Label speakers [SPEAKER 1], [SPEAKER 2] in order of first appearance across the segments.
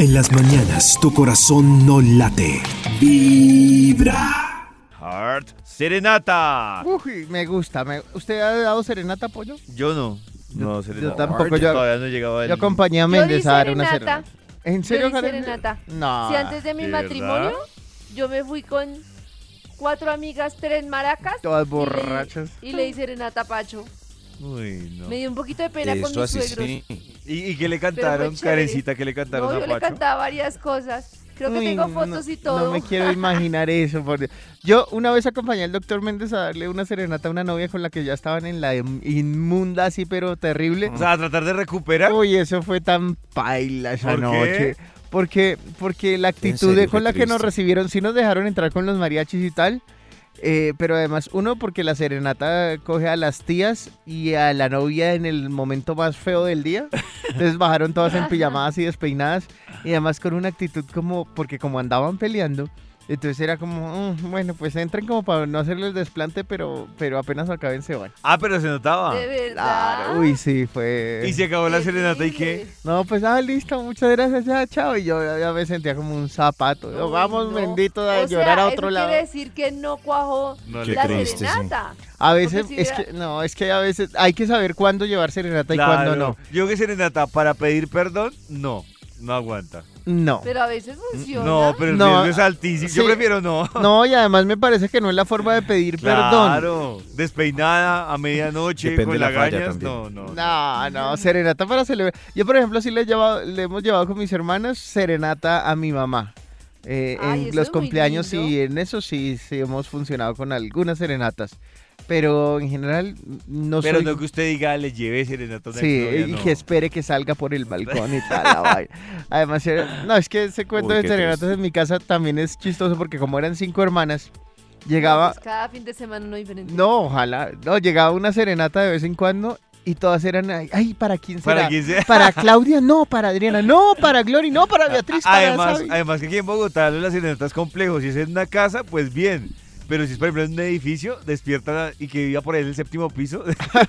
[SPEAKER 1] En las mañanas tu corazón no late, vibra.
[SPEAKER 2] Heart Serenata.
[SPEAKER 3] Uy, me gusta. ¿Usted ha dado serenata, pollo?
[SPEAKER 2] Yo no. No, Serenata.
[SPEAKER 3] Yo tampoco.
[SPEAKER 2] Todavía no he llegado a él.
[SPEAKER 3] Yo acompañé a Méndez a dar una serenata. ¿En serio,
[SPEAKER 4] Yo di
[SPEAKER 3] Karen?
[SPEAKER 4] serenata.
[SPEAKER 3] No.
[SPEAKER 4] Si antes de mi
[SPEAKER 2] ¿de
[SPEAKER 4] matrimonio,
[SPEAKER 2] verdad?
[SPEAKER 4] yo me fui con 4 amigas, 3 maracas.
[SPEAKER 3] Todas borrachas.
[SPEAKER 4] Y le di serenata a Pacho.
[SPEAKER 2] Uy, no.
[SPEAKER 4] Me dio un poquito de pena con
[SPEAKER 5] Eso
[SPEAKER 4] mis
[SPEAKER 5] así
[SPEAKER 4] suegros.
[SPEAKER 5] sí.
[SPEAKER 2] ¿Y qué le
[SPEAKER 4] Pero
[SPEAKER 2] cantaron,
[SPEAKER 4] fue chévere.
[SPEAKER 2] Karencita? ¿Qué le cantaron
[SPEAKER 4] No,
[SPEAKER 2] a
[SPEAKER 4] yo le
[SPEAKER 2] Pacho?
[SPEAKER 4] cantaba varias cosas. Creo que
[SPEAKER 3] Uy,
[SPEAKER 4] tengo fotos y todo.
[SPEAKER 3] No me quiero imaginar eso, por Dios. Yo una vez acompañé al doctor Méndez a darle una serenata a una novia con la que ya estaban en la inmunda así, pero terrible.
[SPEAKER 2] O sea, a tratar de recuperar.
[SPEAKER 3] Uy, eso fue tan paila esa
[SPEAKER 2] ¿Por qué?
[SPEAKER 3] noche. Porque la actitud
[SPEAKER 5] serio?
[SPEAKER 3] con
[SPEAKER 5] Qué
[SPEAKER 3] la que nos
[SPEAKER 5] triste.
[SPEAKER 3] recibieron, sí nos dejaron entrar con los mariachis y tal. Pero además, uno, porque la serenata coge a las tías y a la novia en el momento más feo del día. Entonces bajaron todas en pijamadas y despeinadas. Y además con una actitud porque como andaban peleando, entonces era como, bueno, pues entren como para no hacerles desplante, pero apenas acaben se van.
[SPEAKER 2] Ah, pero se notaba.
[SPEAKER 4] De verdad.
[SPEAKER 3] Claro, uy, sí, fue...
[SPEAKER 2] Y se acabó la
[SPEAKER 4] Qué
[SPEAKER 2] serenata, ¿y qué?
[SPEAKER 4] triste.
[SPEAKER 3] No, pues, listo, muchas gracias, ya, chao. Y yo ya me sentía como un zapato. Yo,
[SPEAKER 4] Uy,
[SPEAKER 3] vamos,
[SPEAKER 4] no.
[SPEAKER 3] bendito, a
[SPEAKER 4] O
[SPEAKER 3] llorar
[SPEAKER 4] sea,
[SPEAKER 3] a otro
[SPEAKER 4] eso
[SPEAKER 3] lado.
[SPEAKER 4] quiere decir que no cuajó
[SPEAKER 2] No
[SPEAKER 5] Qué
[SPEAKER 4] la
[SPEAKER 5] triste, sí.
[SPEAKER 4] serenata.
[SPEAKER 3] A veces,
[SPEAKER 4] Porque si
[SPEAKER 3] es que a veces hay que saber cuándo llevar serenata y cuándo no.
[SPEAKER 2] Yo que serenata para pedir perdón, no aguanta.
[SPEAKER 3] No.
[SPEAKER 4] Pero a veces funciona.
[SPEAKER 2] No, pero el
[SPEAKER 3] No,
[SPEAKER 2] riesgo es altísimo. Yo
[SPEAKER 3] sí.
[SPEAKER 2] prefiero no.
[SPEAKER 3] No, y además me parece que no es la forma de pedir perdón.
[SPEAKER 2] Claro, despeinada a medianoche
[SPEAKER 5] Depende
[SPEAKER 2] con
[SPEAKER 5] de la falla
[SPEAKER 2] lagañas.
[SPEAKER 5] también.
[SPEAKER 3] No, serenata para celebrar. Yo, por ejemplo, sí le hemos llevado con mis hermanas serenata a mi mamá.
[SPEAKER 4] Ay,
[SPEAKER 3] En
[SPEAKER 4] eso
[SPEAKER 3] los
[SPEAKER 4] es muy
[SPEAKER 3] cumpleaños
[SPEAKER 4] lindo.
[SPEAKER 3] y en eso sí hemos funcionado con algunas serenatas. Pero en general no
[SPEAKER 2] Pero
[SPEAKER 3] soy...
[SPEAKER 2] no que usted diga, le lleve serenata a una
[SPEAKER 3] Sí,
[SPEAKER 2] exnovia,
[SPEAKER 3] y
[SPEAKER 2] no.
[SPEAKER 3] que espere que salga por el balcón y tal, la vaina. Además, no, es que ese cuento
[SPEAKER 5] Uy,
[SPEAKER 3] de
[SPEAKER 5] qué
[SPEAKER 3] serenatas
[SPEAKER 5] triste.
[SPEAKER 3] en mi casa también es chistoso porque como eran 5 hermanas,
[SPEAKER 4] No,
[SPEAKER 3] llegaba...
[SPEAKER 4] pues cada fin de semana uno diferente.
[SPEAKER 3] No, ojalá. No, llegaba una serenata de vez en cuando y todas eran, ay, ¿para quién será?
[SPEAKER 2] Para quien sea.
[SPEAKER 3] Para Claudia, no, para Adriana, no, para Glory, no, para Beatriz, para Sabi.
[SPEAKER 2] Además que aquí en Bogotá la serenata es complejo. Si es en una casa, pues bien. Pero si es, por ejemplo, en un edificio, despierta y que viva por ahí en el 7º piso,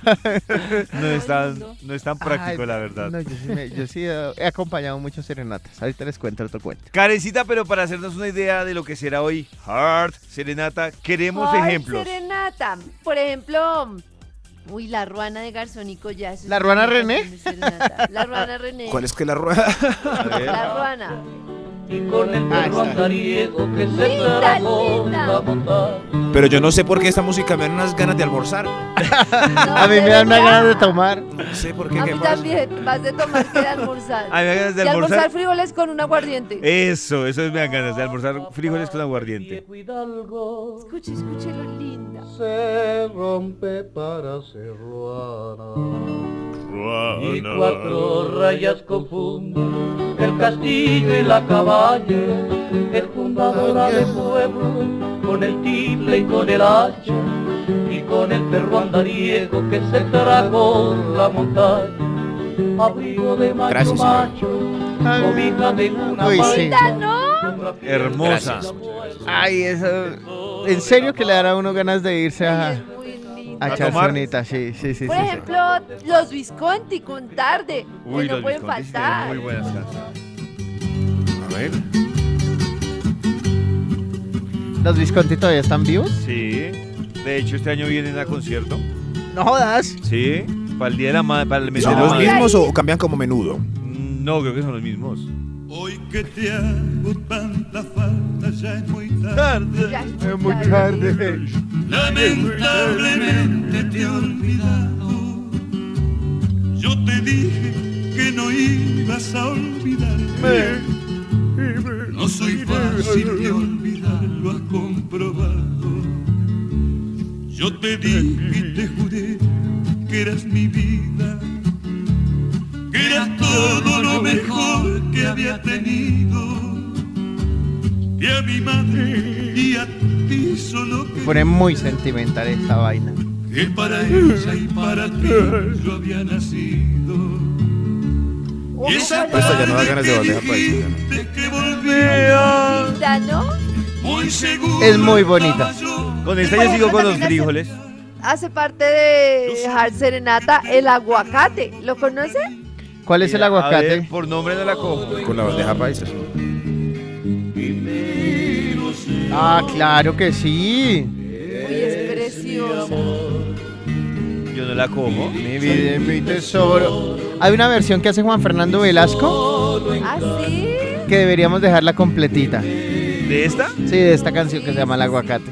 [SPEAKER 2] no es tan práctico,
[SPEAKER 3] Ay,
[SPEAKER 2] la verdad.
[SPEAKER 3] No, yo sí he acompañado muchas serenatas. Ahorita les cuento otro cuento.
[SPEAKER 2] Karencita, pero para hacernos una idea de lo que será hoy Heart Serenata, queremos
[SPEAKER 4] Ay,
[SPEAKER 2] ejemplos.
[SPEAKER 4] serenata. Por ejemplo, la ruana de Garzónico ya. Eso es
[SPEAKER 3] ¿La ruana
[SPEAKER 4] una
[SPEAKER 3] René?
[SPEAKER 4] canción de serenata. La ruana René.
[SPEAKER 5] ¿Cuál es que la rueda?
[SPEAKER 2] A ver.
[SPEAKER 4] La ruana.
[SPEAKER 6] Y con el perro
[SPEAKER 3] está.
[SPEAKER 6] andariego que se
[SPEAKER 4] Linda,
[SPEAKER 6] tragó
[SPEAKER 4] linda.
[SPEAKER 6] la montaña.
[SPEAKER 5] Pero yo no sé por qué esta música me da unas ganas de almorzar.
[SPEAKER 3] A mí me dan una ganas de tomar.
[SPEAKER 5] No sé por qué.
[SPEAKER 4] A
[SPEAKER 5] ¿Qué
[SPEAKER 4] mí
[SPEAKER 5] pasa?
[SPEAKER 4] también, más de tomar que de almorzar.
[SPEAKER 2] A mí me dan ganas de
[SPEAKER 4] Y almorzar
[SPEAKER 2] almorzar.
[SPEAKER 4] frijoles con un aguardiente.
[SPEAKER 2] Eso me dan ganas de almorzar frijoles con aguardiente.
[SPEAKER 6] Viejo Hidalgo
[SPEAKER 4] Escuche lo linda.
[SPEAKER 6] se rompe para ser ruana. Y 4 rayas confunden el castillo y la cabaña. Es fundadora de pueblo con el tilde y con el hacha. Y con el perro andariego que se tragó la montaña. Abrigo de macho
[SPEAKER 5] Gracias,
[SPEAKER 6] macho, cobija de una
[SPEAKER 3] Uy, sí.
[SPEAKER 6] mancha.
[SPEAKER 4] Linda, ¿no?
[SPEAKER 2] Hermosa.
[SPEAKER 5] Gracias.
[SPEAKER 3] Ay, eso. En serio que le dará a uno ganas de irse
[SPEAKER 4] Ay,
[SPEAKER 3] a
[SPEAKER 4] es muy linda.
[SPEAKER 3] a
[SPEAKER 2] ¿A
[SPEAKER 3] echar
[SPEAKER 2] tomar?
[SPEAKER 3] sonita, sí.
[SPEAKER 4] Por ejemplo, los Visconti con tarde.
[SPEAKER 2] Uy,
[SPEAKER 4] que no
[SPEAKER 2] los
[SPEAKER 4] pueden
[SPEAKER 2] Visconti sí tienen
[SPEAKER 4] faltar.
[SPEAKER 2] muy buenas canciones.
[SPEAKER 5] A ver.
[SPEAKER 3] ¿Los Visconti todavía están vivos?
[SPEAKER 2] Sí. De hecho, este año vienen a concierto.
[SPEAKER 3] No jodas.
[SPEAKER 2] Sí. Para el Día de la Madre, para el mes de
[SPEAKER 5] ¿Son
[SPEAKER 2] la
[SPEAKER 5] los
[SPEAKER 2] Madre.
[SPEAKER 5] mismos o cambian como menudo?
[SPEAKER 2] No, creo que son los mismos.
[SPEAKER 7] Hoy que te hago tanta falta, ya es muy tarde.
[SPEAKER 4] Ya es
[SPEAKER 3] Es muy tarde.
[SPEAKER 7] Lamentablemente te he olvidado. Yo te dije que no ibas a olvidarme. No soy fácil de olvidar, lo has comprobado. Yo te dije y te juré que eras mi vida, que eras todo lo mejor que había tenido. Y a mi madre y a ti solo que
[SPEAKER 3] Pone muy sentimental esta vaina.
[SPEAKER 7] que para ella y para ti yo había nacido. Y esa
[SPEAKER 5] Pues esto ya no da ganas de
[SPEAKER 7] tarde
[SPEAKER 5] bandeja
[SPEAKER 7] que
[SPEAKER 5] paisa,
[SPEAKER 7] dijiste que volvía,
[SPEAKER 4] Linda, ¿no?
[SPEAKER 7] muy seguro
[SPEAKER 3] Es muy bonita.
[SPEAKER 7] estaba yo.
[SPEAKER 2] Con esta yo sigo con los frijoles.
[SPEAKER 4] Hace parte de Heart Serenata el aguacate. ¿Lo conoce?
[SPEAKER 3] ¿Cuál es el
[SPEAKER 2] Mira, a
[SPEAKER 3] aguacate?
[SPEAKER 2] ver, por nombre no la cojo.
[SPEAKER 5] Con la bandeja paisa.
[SPEAKER 3] Ah, claro que sí.
[SPEAKER 4] Uy, es preciosa.
[SPEAKER 2] Yo no la cojo.
[SPEAKER 3] Mi vida, mi tesoro. Hay una versión que hace Juan Fernando Velasco
[SPEAKER 4] ¿Ah, sí?
[SPEAKER 3] que deberíamos dejarla completita.
[SPEAKER 2] ¿De esta?
[SPEAKER 3] Sí, de esta canción que se llama El Aguacate.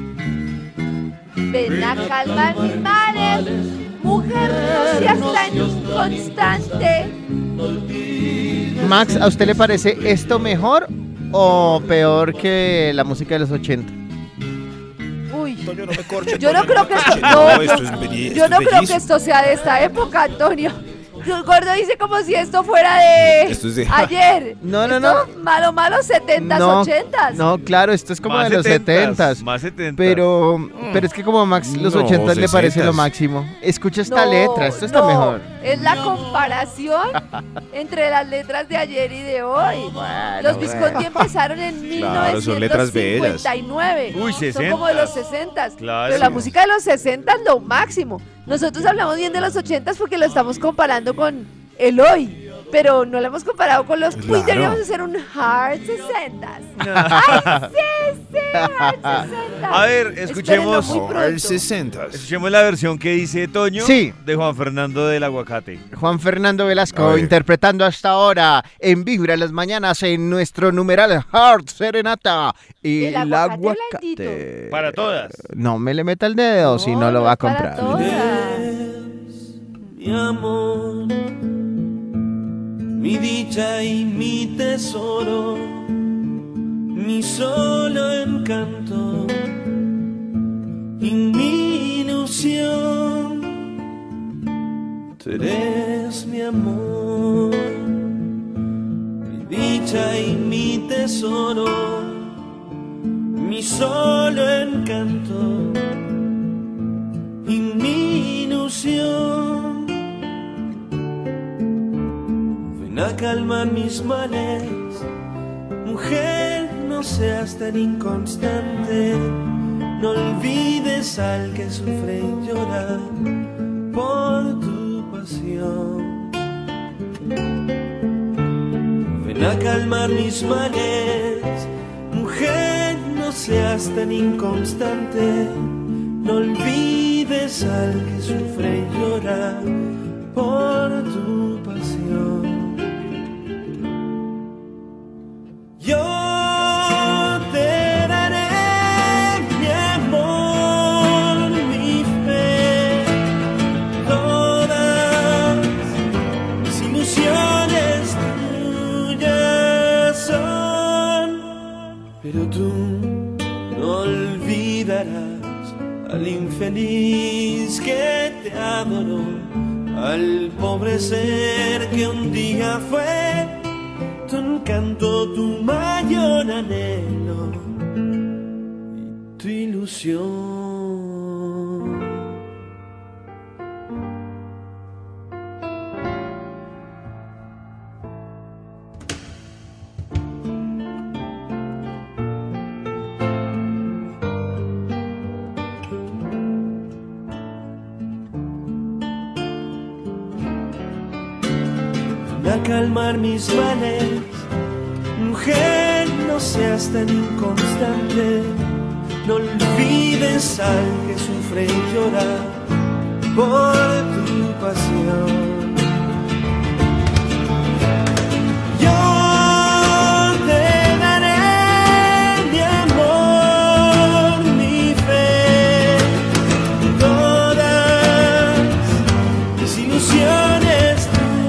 [SPEAKER 4] Ven a calmar mis males. Mujer, no seas tan inconstante.
[SPEAKER 3] Max, ¿a usted le parece esto mejor o peor que la música de los 80?
[SPEAKER 4] Uy,
[SPEAKER 5] Toño, no me corche.
[SPEAKER 4] yo no creo que esto,
[SPEAKER 5] No, esto es belli-
[SPEAKER 4] yo
[SPEAKER 5] esto
[SPEAKER 4] no
[SPEAKER 5] es
[SPEAKER 4] creo que
[SPEAKER 5] bellísimo.
[SPEAKER 4] esto sea de esta época, Antonio. El gordo dice como si esto fuera de
[SPEAKER 5] Esto es de-
[SPEAKER 4] ayer.
[SPEAKER 3] No, no,
[SPEAKER 4] Esto, malo, 70s,
[SPEAKER 3] No,
[SPEAKER 4] 80s.
[SPEAKER 3] no, claro, esto es como
[SPEAKER 2] Más
[SPEAKER 3] de los 70s.
[SPEAKER 2] Más 70s.
[SPEAKER 3] Pero es que como a Max los
[SPEAKER 5] No,
[SPEAKER 3] 80s le parece
[SPEAKER 5] 60s.
[SPEAKER 3] lo máximo. Escucha esta
[SPEAKER 4] No,
[SPEAKER 3] letra, esto está
[SPEAKER 4] no,
[SPEAKER 3] mejor.
[SPEAKER 4] Es la comparación entre las letras de ayer y de hoy. Los Visconti empezaron en
[SPEAKER 5] Claro, son letras bellas.
[SPEAKER 4] 1959.
[SPEAKER 2] Uy,
[SPEAKER 4] Son como de los
[SPEAKER 2] 60s.
[SPEAKER 4] 60s.
[SPEAKER 2] Claro.
[SPEAKER 4] Pero la música de los 60s lo máximo. Nosotros hablamos bien de los 80s porque lo estamos comparando con el hoy. Pero no lo hemos comparado con los... Uy,
[SPEAKER 5] Claro.
[SPEAKER 4] deberíamos hacer un Hard 60s. ¡Ay, sí, Hard 60s!
[SPEAKER 2] A ver,
[SPEAKER 4] Espérenlo
[SPEAKER 2] escuchemos.
[SPEAKER 4] muy pronto.
[SPEAKER 5] El 60.
[SPEAKER 2] Escuchemos la versión que dice Toño
[SPEAKER 3] Sí.
[SPEAKER 2] de Juan Fernando del Aguacate.
[SPEAKER 3] Juan Fernando
[SPEAKER 5] A
[SPEAKER 3] Velasco
[SPEAKER 5] ver.
[SPEAKER 3] interpretando hasta ahora en Vibra las mañanas en nuestro numeral Heart Serenata y
[SPEAKER 4] El
[SPEAKER 3] el
[SPEAKER 4] aguacate
[SPEAKER 3] aguacate.
[SPEAKER 2] Para todas.
[SPEAKER 3] No me le meta el dedo si no lo va a
[SPEAKER 4] es para
[SPEAKER 3] comprar.
[SPEAKER 4] todas.
[SPEAKER 6] Mi amor, mi dicha y mi tesoro, mi solo encanto y mi ilusión. Tú eres mi amor, mi dicha y mi tesoro, mi solo encanto y mi ilusión. Ven a calmar mis males, mujer, no seas tan inconstante. No olvides al que sufre y llora por tu pasión. Ven a calmar mis males, mujer, no seas tan inconstante. No olvides al que sufre y llora por tu pasión. Yo te daré mi amor, mi fe, todas mis ilusiones tuyas son. Pero tú no olvidarás al infeliz que te adoró, al pobre ser que un día fue tu encanto, tu mayor anhelo y tu ilusión. Ven a calmar mis males, mujer, no seas tan inconstante. No olvides al que sufre y llora por tu pasión. Yo te daré mi amor, mi fe, todas mis ilusiones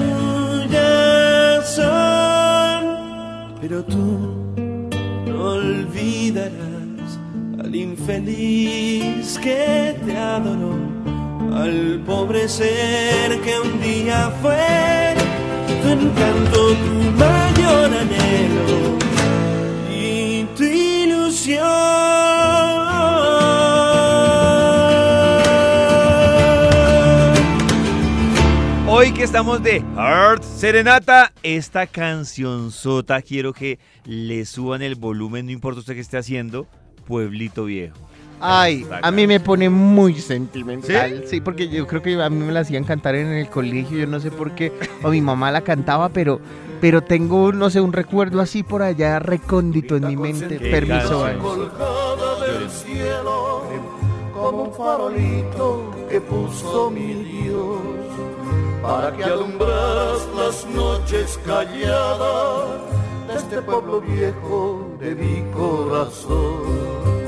[SPEAKER 6] tuyas son. Pero tú no olvidarás al infeliz que te adoró, al pobre ser que un día fue tu encanto, tu mayor anhelo y tu ilusión.
[SPEAKER 2] Hoy que estamos de Heart Serenata, esta cancionzota quiero que le suban el volumen, no importa usted qué esté haciendo, Pueblito Viejo.
[SPEAKER 3] Ay,
[SPEAKER 2] Está
[SPEAKER 3] a mí me
[SPEAKER 2] claro.
[SPEAKER 3] pone muy sentimental. ¿Sí? Porque yo creo que a mí me la hacían cantar en el colegio, yo no sé por qué, o mi mamá la cantaba, pero tengo, no sé, un recuerdo así por allá recóndito en mi mente.
[SPEAKER 2] Qué
[SPEAKER 3] Permiso,
[SPEAKER 2] canción.
[SPEAKER 6] Colgada del cielo, como un farolito que puso mi Dios, para que alumbras las noches calladas de este pueblo viejo de mi corazón.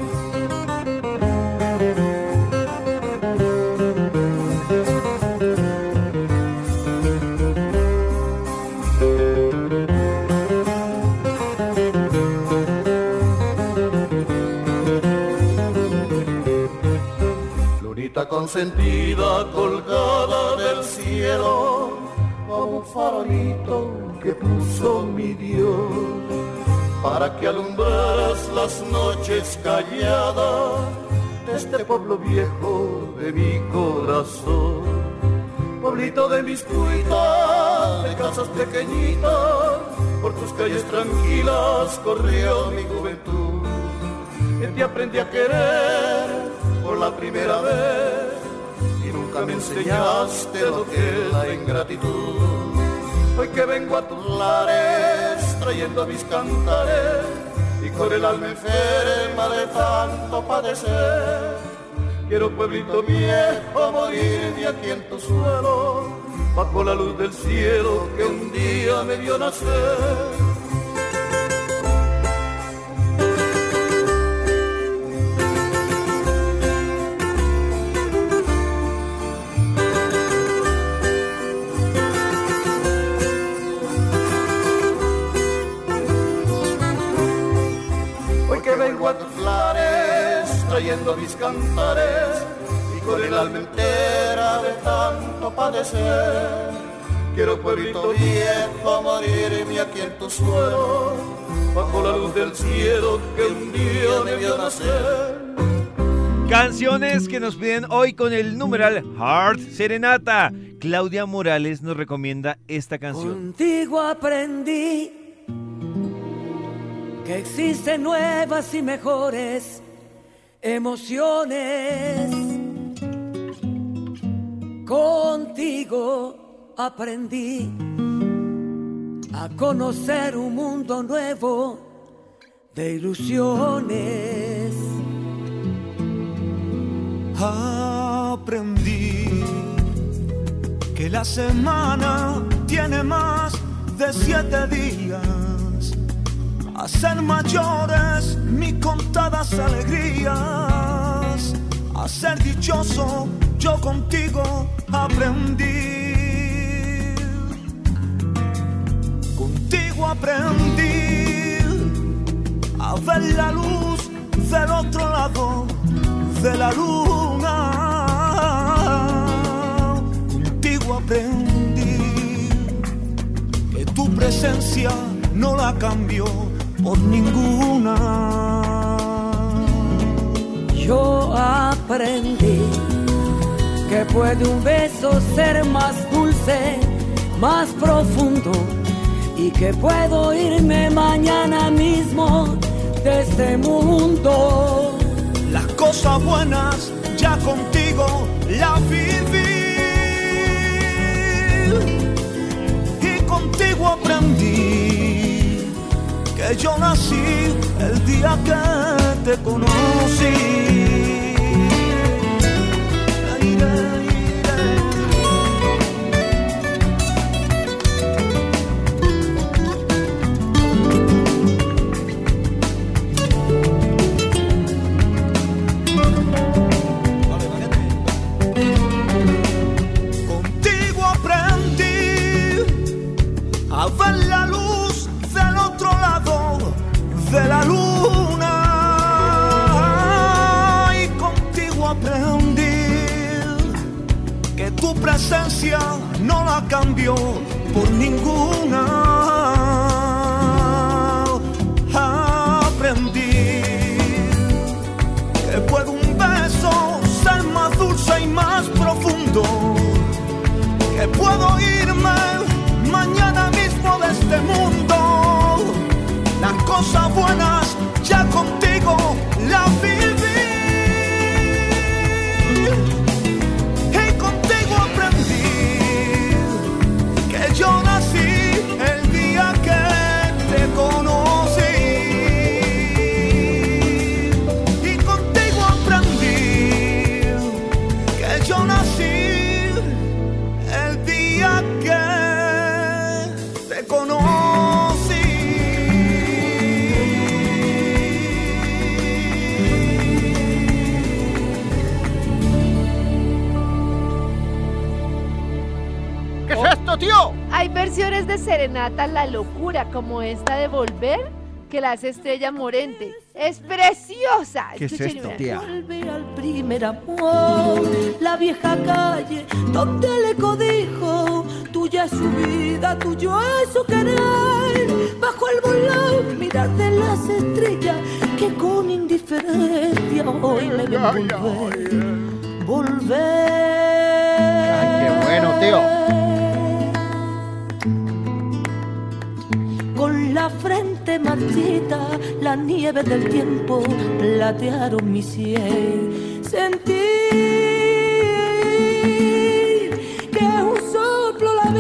[SPEAKER 6] Lunita consentida colgada del cielo, como un farolito que puso mi Dios, para que alumbras las noches calladas de este pueblo viejo de mi corazón. Pueblito de mis cuitas, de casas pequeñitas, por tus calles tranquilas corrió mi juventud. Que te aprendí a querer por la primera vez y nunca me enseñaste lo que es la ingratitud. Hoy que vengo a tus lares trayendo mis cantares y con el alma enferma de tanto padecer, quiero pueblito viejo morirme aquí en tu suelo, bajo la luz del cielo que un día me vio nacer. Que vengo a tus lares trayendo mis cantares y con el alma entera de tanto padecer, quiero pueblito viejo morirme aquí en tu suelo, bajo la luz del cielo que un día me vio nacer.
[SPEAKER 2] Canciones que nos piden hoy con el numeral Heart Serenata. Claudia Morales nos recomienda esta canción.
[SPEAKER 8] Contigo aprendí que existen nuevas y mejores emociones. Contigo aprendí a conocer un mundo nuevo de ilusiones.
[SPEAKER 9] Aprendí que la semana tiene más de 7 días, a ser mayores mis contadas alegrías, a ser dichoso yo contigo aprendí. Contigo aprendí a ver la luz del otro lado de la luna. Contigo aprendí que tu presencia no la cambió por ninguna.
[SPEAKER 8] Yo aprendí que puede un beso ser más dulce, más profundo, y que puedo irme mañana mismo de este mundo.
[SPEAKER 9] Las cosas buenas ya contigo las viví y contigo aprendí que yo nací el día que te conocí. Contigo aprendí a ver la luz del otro lado de la luna, y contigo aprendí que tu presencia no la cambió por ninguna. Aprendí que puede un beso ser más dulce y más profundo, que puedo irme mañana mismo de este mundo. Las cosas buenas ya contigo las viví
[SPEAKER 3] tío.
[SPEAKER 4] Hay versiones de Serenata La Locura, como esta de Volver, que la hace Estrella Morente. Es preciosa.
[SPEAKER 3] ¿Qué es
[SPEAKER 4] Escuchen y
[SPEAKER 3] esto,
[SPEAKER 4] verán.
[SPEAKER 3] tía?
[SPEAKER 8] Volver al primer amor, la vieja calle donde le codijo, tuya es su vida, tuyo es su querer, bajo el volón mirar de las estrellas que con indiferencia hoy le ven volver, volver.
[SPEAKER 3] Ay, qué bueno, tío.
[SPEAKER 8] Con la frente marchita, la nieve del tiempo platearon mi sien. Sentí que es un soplo la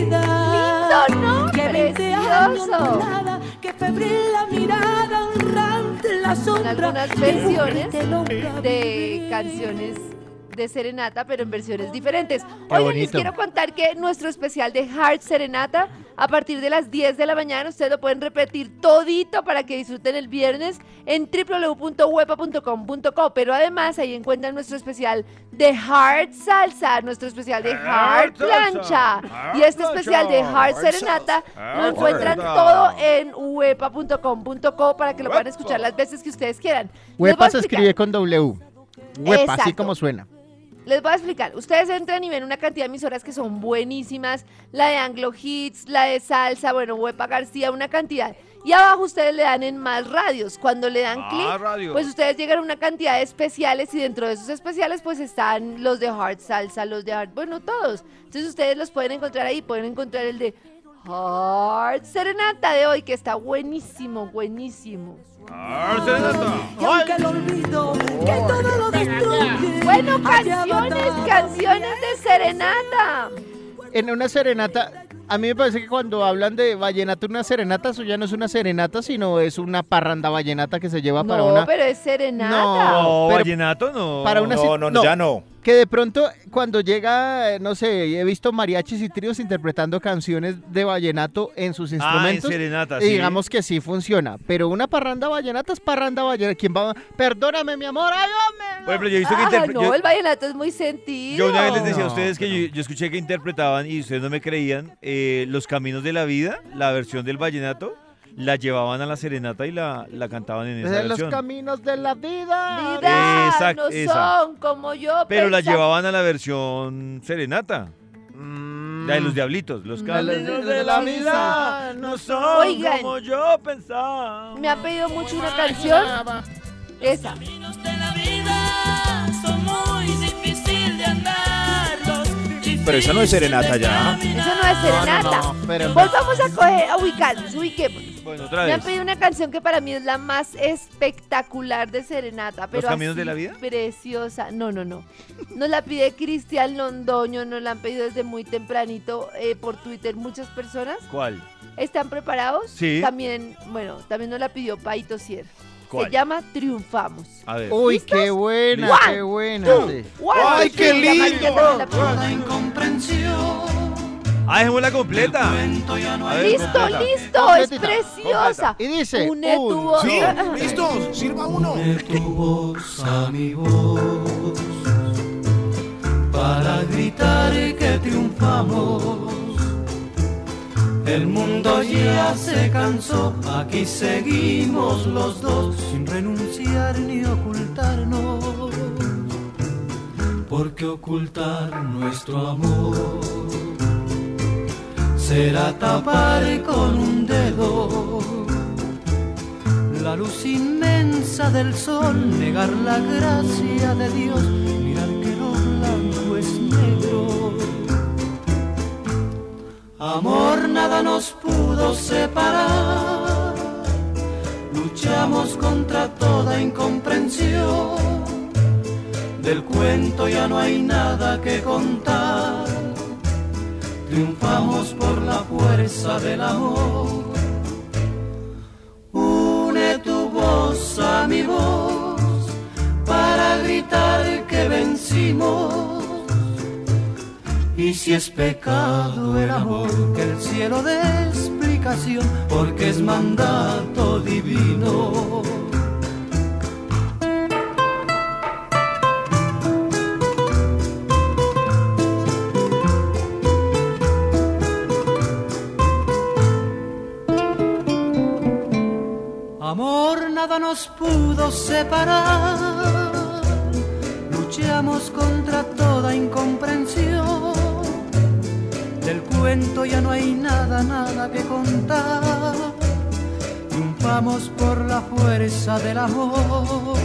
[SPEAKER 8] vida.
[SPEAKER 4] Lindo, ¿no?
[SPEAKER 8] Que 20 años
[SPEAKER 4] Precioso.
[SPEAKER 8] no es nada, que febril la mirada, honrante en la sombra.
[SPEAKER 4] Algunas
[SPEAKER 8] que
[SPEAKER 4] versiones
[SPEAKER 8] te loca
[SPEAKER 4] de
[SPEAKER 8] vivir.
[SPEAKER 4] canciones de Serenata, pero en versiones diferentes.
[SPEAKER 3] Qué
[SPEAKER 4] Oigan, les
[SPEAKER 3] bonito.
[SPEAKER 4] quiero contar que nuestro especial de Heart Serenata, a partir de las 10 de la mañana, ustedes lo pueden repetir todito para que disfruten el viernes en www.wepa.com.co, pero además ahí encuentran nuestro especial de Heart Salsa, nuestro especial de Heart Plancha, y este especial de Heart Serenata lo encuentran todo en wepa.com.co para que lo puedan escuchar las veces que ustedes quieran. Les voy a
[SPEAKER 3] Huepa se
[SPEAKER 4] explicar.
[SPEAKER 3] escribe con W. Huepa, así
[SPEAKER 4] Exacto.
[SPEAKER 3] como suena.
[SPEAKER 4] Les voy a explicar. Ustedes entran y ven una cantidad de emisoras que son buenísimas. La de Anglo Hits, la de Salsa, bueno, Huepa García, una cantidad. Y abajo ustedes le dan en más radios. Cuando le dan clic,
[SPEAKER 2] radio.
[SPEAKER 4] pues ustedes llegan a una cantidad de especiales y dentro de esos especiales pues están los de Heart Salsa, los de Heart, bueno, todos. Entonces ustedes los pueden encontrar ahí. Pueden encontrar el de Heart Serenata de hoy, que está buenísimo, buenísimo.
[SPEAKER 2] Heart Serenata.
[SPEAKER 8] Y aunque el olvido que todo lo destruye.
[SPEAKER 4] Bueno,
[SPEAKER 8] allá
[SPEAKER 4] canciones,
[SPEAKER 8] va
[SPEAKER 4] canciones de Serenata.
[SPEAKER 3] En una serenata, a mí me parece que cuando hablan de vallenato, una serenata, eso ya no es una serenata, sino es una parranda vallenata que se lleva para
[SPEAKER 4] No,
[SPEAKER 3] una...
[SPEAKER 4] pero es Serenata.
[SPEAKER 2] No,
[SPEAKER 3] pero
[SPEAKER 2] vallenato no.
[SPEAKER 3] para una
[SPEAKER 5] No, ya no.
[SPEAKER 3] Que de pronto cuando llega, no sé, he visto mariachis y tríos interpretando canciones de vallenato en sus instrumentos.
[SPEAKER 2] en serenata,
[SPEAKER 3] y
[SPEAKER 2] sí.
[SPEAKER 3] digamos que sí funciona. Pero una parranda vallenata es parranda vallenata. ¿Quién va? Perdóname, mi amor. ¡Ay, hombre!
[SPEAKER 2] Por ejemplo, yo he visto que
[SPEAKER 4] No, el vallenato es muy sentido.
[SPEAKER 2] yo una vez les decía a
[SPEAKER 3] No,
[SPEAKER 2] ustedes que
[SPEAKER 3] pero
[SPEAKER 2] yo escuché que interpretaban y ustedes no me creían Los Caminos de la Vida, la versión del vallenato, la llevaban a la serenata y la cantaban en esa
[SPEAKER 3] Los
[SPEAKER 2] versión.
[SPEAKER 3] caminos de la vida.
[SPEAKER 4] Vida,
[SPEAKER 2] Exacto,
[SPEAKER 4] no
[SPEAKER 2] esa.
[SPEAKER 4] son como yo
[SPEAKER 2] Pero la
[SPEAKER 4] pensaba.
[SPEAKER 2] llevaban a la versión serenata. La de los diablitos. Los caminos de la vida no son
[SPEAKER 4] Oigan.
[SPEAKER 2] como yo pensaba.
[SPEAKER 4] Me ha pedido mucho una canción. Esa.
[SPEAKER 5] Pero esa no es serenata ya.
[SPEAKER 4] Eso no es serenata.
[SPEAKER 3] no, pero-
[SPEAKER 4] Volvamos a ubicarnos, ubiquémonos.
[SPEAKER 2] Bueno, otra
[SPEAKER 4] Me han
[SPEAKER 2] vez.
[SPEAKER 4] pedido una canción que para mí es la más espectacular de Serenata. Pero
[SPEAKER 2] Caminos
[SPEAKER 4] así
[SPEAKER 2] de la Vida?
[SPEAKER 4] Preciosa. No. Nos la pide Cristian Londoño, nos la han pedido desde muy tempranito por Twitter muchas personas.
[SPEAKER 2] ¿Cuál?
[SPEAKER 4] ¿Están preparados?
[SPEAKER 2] Sí.
[SPEAKER 4] También nos la pidió Paito Sierra.
[SPEAKER 2] ¿Cuál?
[SPEAKER 4] Se llama Triunfamos.
[SPEAKER 2] A ver.
[SPEAKER 3] Uy,
[SPEAKER 4] ¿Listos?
[SPEAKER 3] qué buena,
[SPEAKER 4] One,
[SPEAKER 3] qué buena.
[SPEAKER 4] two,
[SPEAKER 3] sí.
[SPEAKER 4] one,
[SPEAKER 5] ¡Ay, qué
[SPEAKER 4] two, llama
[SPEAKER 5] lindo!
[SPEAKER 4] que también la pidió.
[SPEAKER 7] Toda incomprensión.
[SPEAKER 2] Ah, dejémosla completa.
[SPEAKER 7] Cuento ya no
[SPEAKER 2] A
[SPEAKER 7] hay
[SPEAKER 2] ver,
[SPEAKER 4] Listo,
[SPEAKER 2] completa.
[SPEAKER 4] listo, es
[SPEAKER 3] Completita,
[SPEAKER 4] preciosa.
[SPEAKER 3] Y dice,
[SPEAKER 4] Une tu voz.
[SPEAKER 5] Sí, listo, sirva uno.
[SPEAKER 6] Une tu voz a mi voz para gritar que triunfamos. El mundo ya se cansó, aquí seguimos los dos sin renunciar ni ocultarnos. Porque ocultar nuestro amor será tapar con un dedo la luz inmensa del sol, negar la gracia de Dios, mirar que lo blanco es negro. Amor, nada nos pudo separar, luchamos contra toda incomprensión, del cuento ya no hay nada que contar, triunfamos por la fuerza del amor. Une tu voz a mi voz para gritar que vencimos. Y si es pecado el amor, que el cielo dé explicación, porque es mandato divino.
[SPEAKER 8] nada nos pudo separar. Luchamos contra toda incomprensión. Del cuento ya no hay nada, nada que contar. Triunfamos por la fuerza del amor.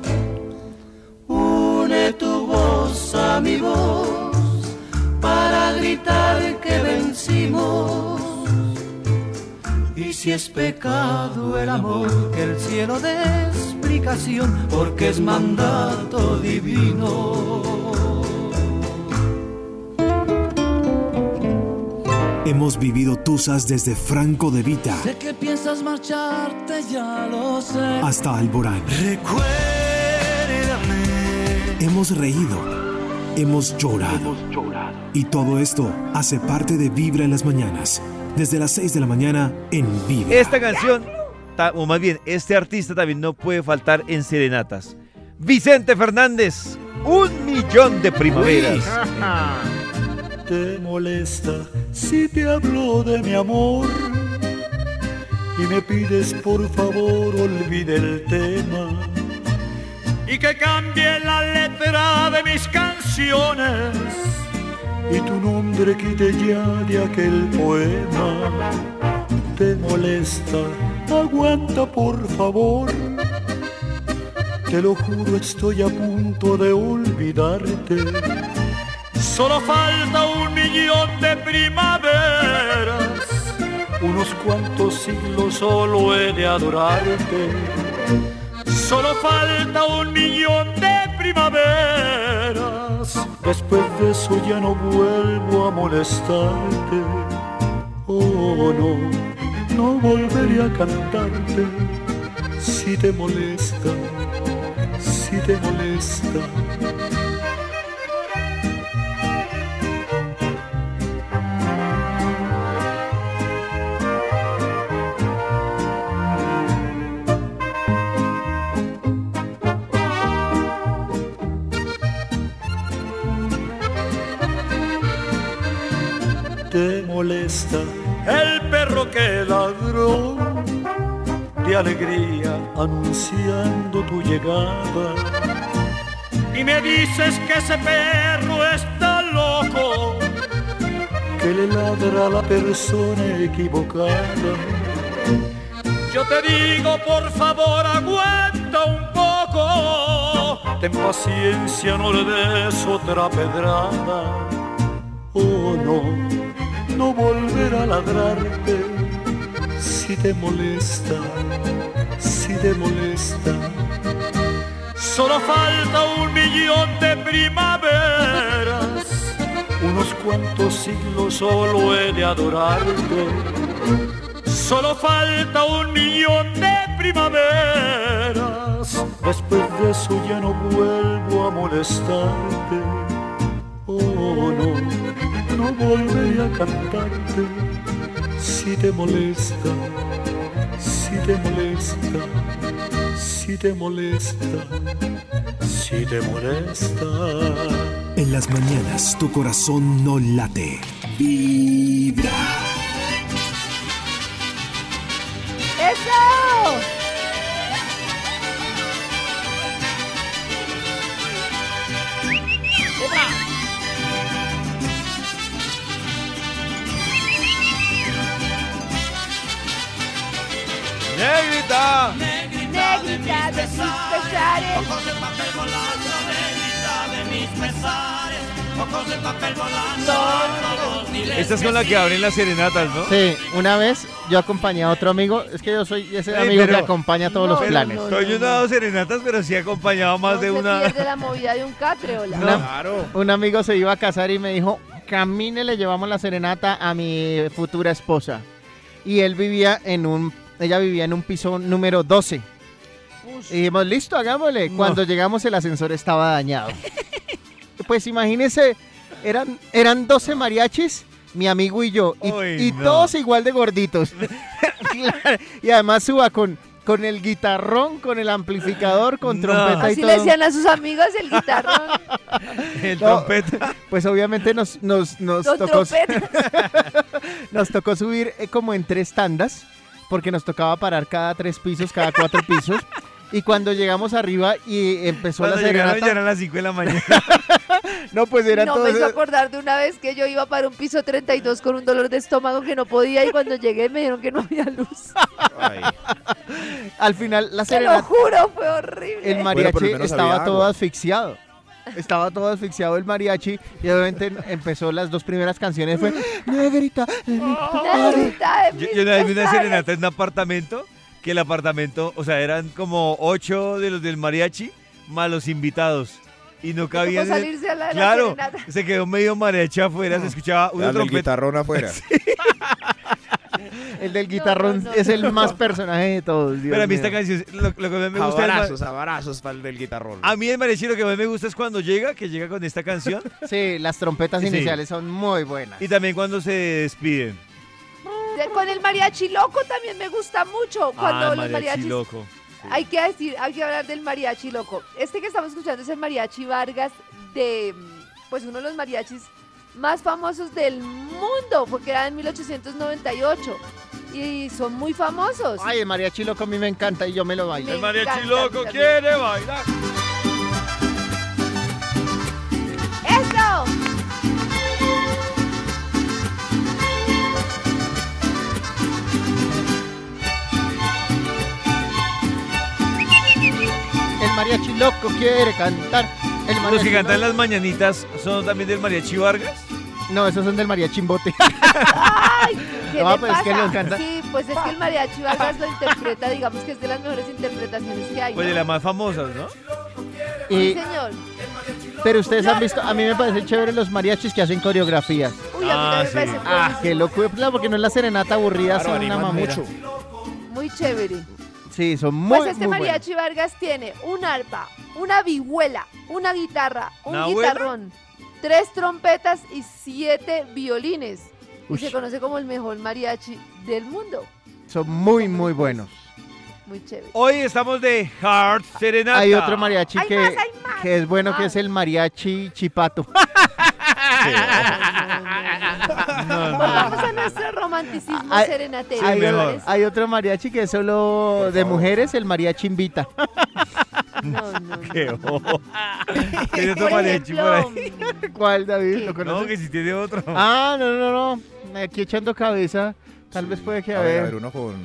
[SPEAKER 8] Une tu voz a mi voz para gritar que vencimos. Y si es pecado el amor, que el cielo dé explicación, porque es mandato divino.
[SPEAKER 1] Hemos vivido tusas desde Franco de Vita.
[SPEAKER 8] Sé que piensas marcharte, ya lo sé.
[SPEAKER 1] Hasta Alborán.
[SPEAKER 8] Recuérdame.
[SPEAKER 1] Hemos reído. Hemos llorado. Y todo esto hace parte de Vibra en las mañanas. Desde las 6 de la mañana en Vibra.
[SPEAKER 2] Esta canción, o más bien, este artista también no puede faltar en serenatas. Vicente Fernández, 1.000.000 de primaveras.
[SPEAKER 6] ¿Te molesta si te hablo de mi amor? Y me pides por favor olvide el tema y que cambie la letra de mis canciones y tu nombre quite ya de aquel poema. ¿Te molesta? Aguanta por favor. Te lo juro, estoy a punto de olvidarte. Solo falta 1.000.000 de primaveras. Unos cuantos siglos solo he de adorarte. Solo falta 1.000.000 de primaveras. Después de eso ya no vuelvo a molestarte. Oh no, no volveré a cantarte. Si te molesta, si te molesta. ¿Te molesta el perro que ladró de alegría anunciando tu llegada? Y me dices que ese perro está loco, que le ladra a la persona equivocada. Yo te digo, por favor, aguanta un poco. Ten paciencia, no le des otra pedrada. Oh no, no volverá a ladrarte. Si te molesta, si te molesta. Solo falta 1.000.000 de primaveras. Unos cuantos siglos solo he de adorarte. Solo falta 1.000.000 de primaveras. Después de eso ya no vuelvo a molestarte. Oh no, no volveré a cantarte. Si te molesta, si te molesta, si te molesta, si te molesta.
[SPEAKER 1] En las mañanas tu corazón no late. Vibra.
[SPEAKER 4] ¡Eso!
[SPEAKER 2] ¡Negrita!
[SPEAKER 4] Negrita de mis pesares.
[SPEAKER 9] Ojos de papel volando, negrita de mis pesares. Ojos de papel volando.
[SPEAKER 2] Esta es con la que abren las serenatas, ¿no?
[SPEAKER 3] Sí, una vez yo acompañé a otro amigo, es que yo soy ese amigo que acompaña todos los planes.
[SPEAKER 2] Yo no he dado serenatas, pero sí he acompañado más de una.
[SPEAKER 4] No se pierde la movida de un catre, hola.
[SPEAKER 5] Claro.
[SPEAKER 3] Un amigo se iba a casar y me dijo, camine, le llevamos la serenata a mi futura esposa. Y ella vivía en un piso número 12. Y dijimos, listo, hagámosle. Cuando llegamos el ascensor estaba dañado. Pues imagínense, eran 12 mariachis, mi amigo y yo, y todos igual de gorditos. Claro, y además suba con el guitarrón, con el amplificador, con trompeta y
[SPEAKER 4] así
[SPEAKER 3] todo.
[SPEAKER 4] le decían a sus amigos el guitarrón.
[SPEAKER 2] El trompeta.
[SPEAKER 3] Pues obviamente nos tocó subir como en 3 tandas. porque nos tocaba parar cada 3 pisos, cada 4 pisos. Y cuando llegamos arriba y empezó
[SPEAKER 2] Cuando
[SPEAKER 3] la
[SPEAKER 2] llegaron
[SPEAKER 3] serenata...
[SPEAKER 2] ya eran las 5 de la mañana.
[SPEAKER 3] No, pues eran
[SPEAKER 4] No,
[SPEAKER 3] todos...
[SPEAKER 4] me hizo acordar de una vez que yo iba para un piso 32 con un dolor de estómago que no podía y cuando llegué me dijeron que no había luz.
[SPEAKER 5] Ay.
[SPEAKER 3] Al final la
[SPEAKER 4] Te lo
[SPEAKER 3] serenata...
[SPEAKER 4] juro, fue horrible.
[SPEAKER 3] El
[SPEAKER 5] Bueno, por lo
[SPEAKER 3] mariachi
[SPEAKER 5] menos
[SPEAKER 3] estaba
[SPEAKER 5] había
[SPEAKER 3] todo
[SPEAKER 5] agua.
[SPEAKER 3] asfixiado. Estaba todo asfixiado el mariachi y obviamente empezó las 2 primeras canciones. Fue Negrita,
[SPEAKER 4] Negrita de mis
[SPEAKER 2] Yo una vez vi una
[SPEAKER 4] pesares.
[SPEAKER 2] serenata en un apartamento, que el apartamento, o sea, eran como 8 de los del mariachi, más los invitados. Y no
[SPEAKER 4] Tocó
[SPEAKER 2] cabían.
[SPEAKER 4] salirse a la
[SPEAKER 2] Claro,
[SPEAKER 4] serenata.
[SPEAKER 2] se quedó medio mariachi afuera, se escuchaba una
[SPEAKER 5] El
[SPEAKER 2] trompeta.
[SPEAKER 5] guitarrón afuera.
[SPEAKER 3] el del guitarrón
[SPEAKER 4] no,
[SPEAKER 3] es el
[SPEAKER 4] no.
[SPEAKER 3] más personaje de todos. Dios
[SPEAKER 2] Pero a mí
[SPEAKER 3] mío.
[SPEAKER 2] esta canción, lo que más me gusta del
[SPEAKER 5] Abrazos para el del guitarrón.
[SPEAKER 2] a mí el mariachi lo que más me gusta es cuando llega, que llega con esta canción,
[SPEAKER 3] Sí, las trompetas
[SPEAKER 2] Sí.
[SPEAKER 3] iniciales son muy buenas.
[SPEAKER 2] y también cuando se despiden.
[SPEAKER 4] Con el mariachi loco también me gusta mucho. Cuando
[SPEAKER 2] el
[SPEAKER 4] los mariachis.
[SPEAKER 2] loco.
[SPEAKER 4] Hay que hablar del mariachi loco. Este que estamos escuchando es el mariachi Vargas de, pues uno de los mariachis más famosos del mundo, fue creado en 1898 y son muy famosos.
[SPEAKER 3] Ay, el mariachi loco a mí me encanta y yo me lo bailo.
[SPEAKER 4] Me
[SPEAKER 2] El mariachi
[SPEAKER 4] encanta
[SPEAKER 2] loco
[SPEAKER 4] también.
[SPEAKER 2] quiere bailar.
[SPEAKER 4] ¡Eso!
[SPEAKER 3] El mariachi loco quiere cantar. El
[SPEAKER 2] Los
[SPEAKER 3] mariachi
[SPEAKER 2] que cantan
[SPEAKER 3] loco-
[SPEAKER 2] las mañanitas son también del mariachi Vargas.
[SPEAKER 3] No, esos son del mariachi Bote.
[SPEAKER 4] ¡Ay! ¿Qué
[SPEAKER 3] No,
[SPEAKER 4] le
[SPEAKER 3] pues es que
[SPEAKER 4] pasa?
[SPEAKER 3] lo canta-
[SPEAKER 4] Sí, pues es que el mariachi Vargas lo interpreta, digamos que es de las mejores interpretaciones que hay.
[SPEAKER 2] Pues
[SPEAKER 4] ¿no?
[SPEAKER 2] de las más famosas, ¿no?
[SPEAKER 4] Sí,
[SPEAKER 3] Y,
[SPEAKER 4] señor.
[SPEAKER 3] pero ustedes han visto, a mí me parece chévere los mariachis que hacen coreografías.
[SPEAKER 4] Uy, a mí también
[SPEAKER 2] sí.
[SPEAKER 4] me parece
[SPEAKER 3] Ah,
[SPEAKER 4] buenísimo.
[SPEAKER 3] qué locura, claro, porque no es la serenata aburrida,
[SPEAKER 5] Claro,
[SPEAKER 3] son una
[SPEAKER 5] animan
[SPEAKER 3] mamera.
[SPEAKER 5] mucho.
[SPEAKER 4] Muy chévere.
[SPEAKER 3] Sí, son muy,
[SPEAKER 4] Pues este
[SPEAKER 3] muy buenos.
[SPEAKER 4] mariachi Vargas tiene un arpa, una vihuela, una guitarra, un
[SPEAKER 2] ¿Una abuela?
[SPEAKER 4] guitarrón, 3 trompetas y 7 violines. Y
[SPEAKER 3] Ush.
[SPEAKER 4] se conoce como el mejor mariachi del mundo.
[SPEAKER 3] Son muy, muy buenos.
[SPEAKER 4] Muy chévere.
[SPEAKER 2] Hoy estamos de Heart Serenata.
[SPEAKER 3] Hay otro mariachi
[SPEAKER 4] Hay
[SPEAKER 3] que,
[SPEAKER 4] más, hay más.
[SPEAKER 3] que es bueno, que
[SPEAKER 4] Ah.
[SPEAKER 3] es el mariachi chipato.
[SPEAKER 4] Volvamos a nuestro romanticismo
[SPEAKER 3] Hay-
[SPEAKER 4] serenatero.
[SPEAKER 3] hay,
[SPEAKER 2] mejor.
[SPEAKER 3] hay otro mariachi que es solo de mujeres, el mariachi invita.
[SPEAKER 4] No, no, no.
[SPEAKER 2] Qué ojo. Tiene otro
[SPEAKER 4] Por
[SPEAKER 2] mariachi por
[SPEAKER 4] ejemplo,
[SPEAKER 2] ahí.
[SPEAKER 3] ¿Cuál, David?
[SPEAKER 4] ¿Qué?
[SPEAKER 3] ¿Lo
[SPEAKER 2] No,
[SPEAKER 3] conoces?
[SPEAKER 2] que si tiene otro.
[SPEAKER 3] Ah, no. Aquí echando cabeza. Tal vez puede que
[SPEAKER 5] A ver,
[SPEAKER 3] haber.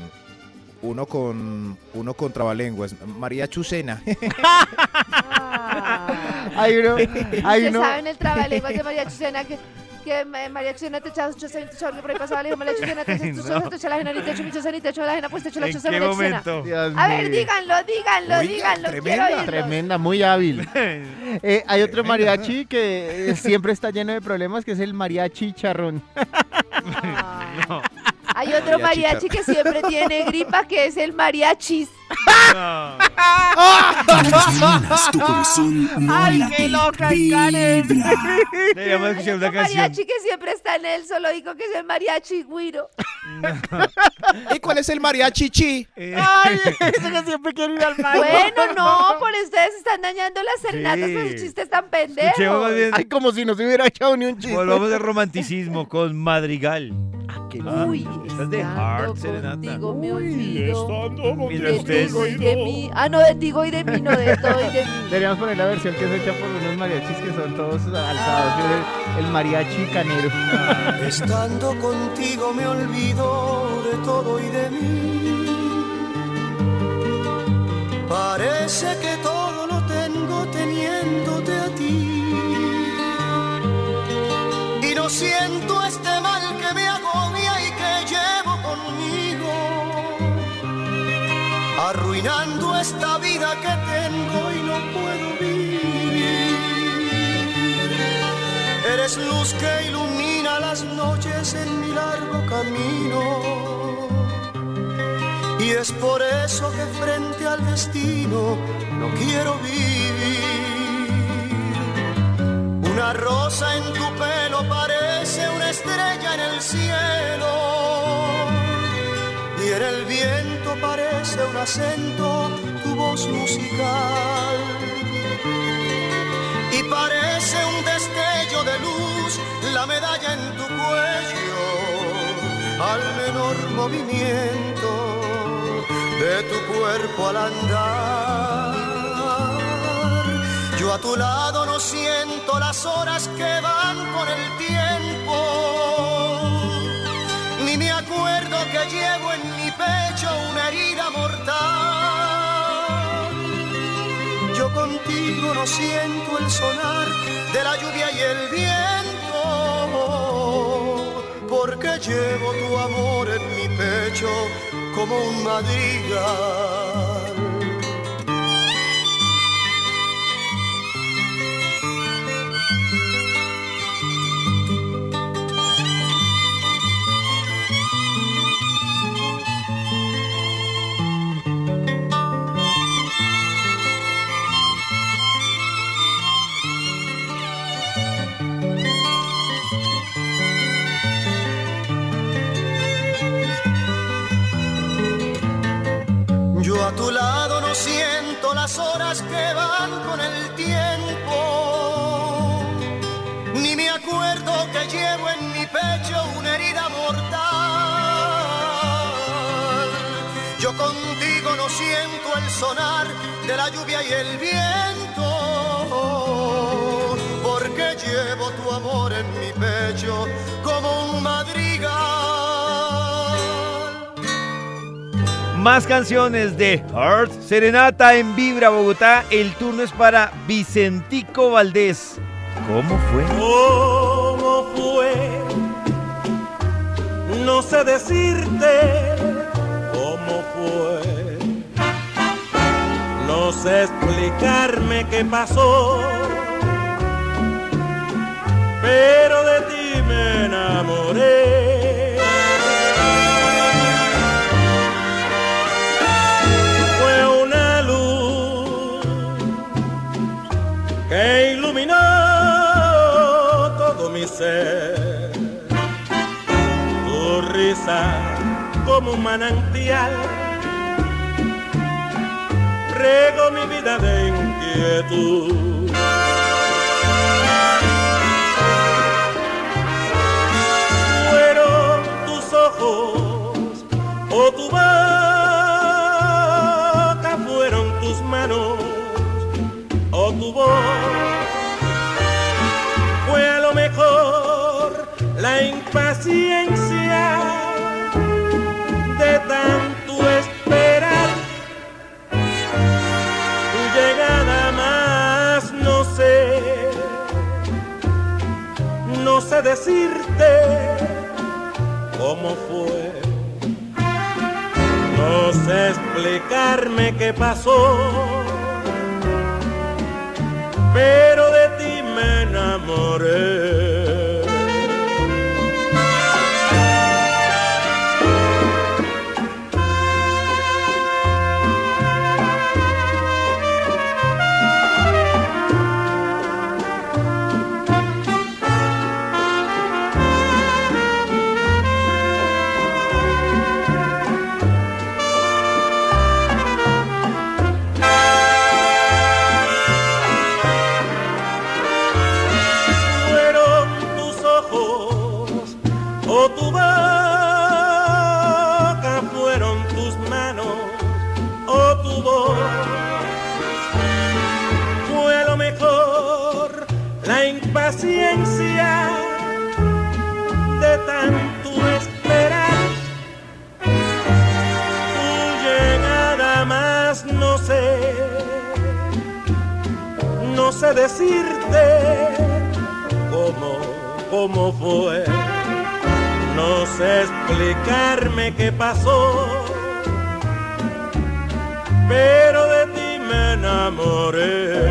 [SPEAKER 5] uno con trabalenguas. María Chucena.
[SPEAKER 4] ah.
[SPEAKER 3] Hay uno. Hay
[SPEAKER 4] ¿Ustedes
[SPEAKER 3] uno.
[SPEAKER 4] saben el trabalenguas de María Chucena que María Chucena te echaba 8 centavos, por ahí pasaba, le dijo María Chucena te echa la ajena, ni te echo mi chocena, ni te echo la ajena, pues te echo la
[SPEAKER 2] ¿En
[SPEAKER 4] chocena,
[SPEAKER 2] qué
[SPEAKER 4] María Chucena.
[SPEAKER 2] momento?
[SPEAKER 3] Dios
[SPEAKER 4] A ver,
[SPEAKER 3] mío.
[SPEAKER 4] díganlo,
[SPEAKER 5] Oiga,
[SPEAKER 4] quiero
[SPEAKER 5] tremenda,
[SPEAKER 4] oírlos.
[SPEAKER 3] Tremenda, muy hábil. Hay otro mariachi que siempre está lleno de problemas, que es el mariachi charrón.
[SPEAKER 4] Ah. Hay otro mariachi
[SPEAKER 5] Mariachi
[SPEAKER 4] que siempre tiene gripa, que es el mariachis.
[SPEAKER 2] No.
[SPEAKER 1] Las mañanas tu corazón no late, vibra.
[SPEAKER 2] Deberíamos escuchar una
[SPEAKER 4] Otro
[SPEAKER 2] canción.
[SPEAKER 4] mariachi que siempre está en el zoológico, que es el mariachi güiro.
[SPEAKER 5] ¿Y cuál es el mariachi chi?
[SPEAKER 3] Ay, ese que siempre quiere ir al baño.
[SPEAKER 4] Bueno, no, por ustedes están dañando las serenatas
[SPEAKER 2] Sí.
[SPEAKER 4] con sus chistes tan
[SPEAKER 2] Escuchemos
[SPEAKER 4] pendejos.
[SPEAKER 2] más bien.
[SPEAKER 3] Ay, como si no se hubiera echado ni un chiste.
[SPEAKER 2] Volvamos al romanticismo con Madrigal.
[SPEAKER 4] Uy,
[SPEAKER 2] Esta es de
[SPEAKER 4] estando
[SPEAKER 2] Heart Serenata.
[SPEAKER 4] contigo me olvido.
[SPEAKER 2] Mientras
[SPEAKER 4] De
[SPEAKER 2] ustedes...
[SPEAKER 4] Tigo y de mí. Ah, no, de Tigo y de mí, no de todo y de mí.
[SPEAKER 3] Deberíamos poner la versión que es hecha por unos mariachis que son todos alzados. El mariachi canero.
[SPEAKER 9] Estando contigo me olvido de todo y de mí. Parece que todo lo tengo teniéndote a ti. Y no siento este mal que me agobia y que llevo conmigo, arruinando esta vida que tengo y no puedo vivir. Eres luz que ilumina las noches en mi largo camino, y es por eso que frente al destino no quiero vivir. Una rosa en tu pelo parece una estrella en el cielo, y en el viento parece un acento tu voz musical, y parece un destello de luz la medalla en tu cuello al menor movimiento. de tu cuerpo al andar. Yo a tu lado no siento las horas que van con el tiempo, ni me acuerdo que llevo en mi pecho una herida mortal. Yo contigo no siento el sonar de la lluvia y el viento, porque llevo tu amor en mi pecho como un madrigal. Yo a tu lado no siento las horas que van con el tiempo, ni me acuerdo que llevo en mi pecho una herida mortal. Yo contigo no siento el sonar de la lluvia y el viento, porque llevo tu amor en mi pecho como un madrigal.
[SPEAKER 2] Más canciones de Heart Serenata en Vibra Bogotá. El turno es para Vicentico Valdés. ¿Cómo fue?
[SPEAKER 6] ¿Cómo fue? No sé decirte cómo fue. No sé explicarme qué pasó, pero de ti me enamoré. Que iluminó todo mi ser, tu risa como un manantial, regó mi vida de inquietud. Fueron tus ojos o tu boca, fueron tus manos o tu voz. Fue a lo mejor la impaciencia de tanto esperar tu llegada, más no sé decirte cómo fue, no sé explicarme qué pasó, pero de ti me enamoré. Tu boca, fueron tus manos o tu voz. Fue a lo mejor la impaciencia de tanto esperar tu llegada, más no sé decirte cómo fue. No sé explicarme qué pasó, pero de ti me enamoré.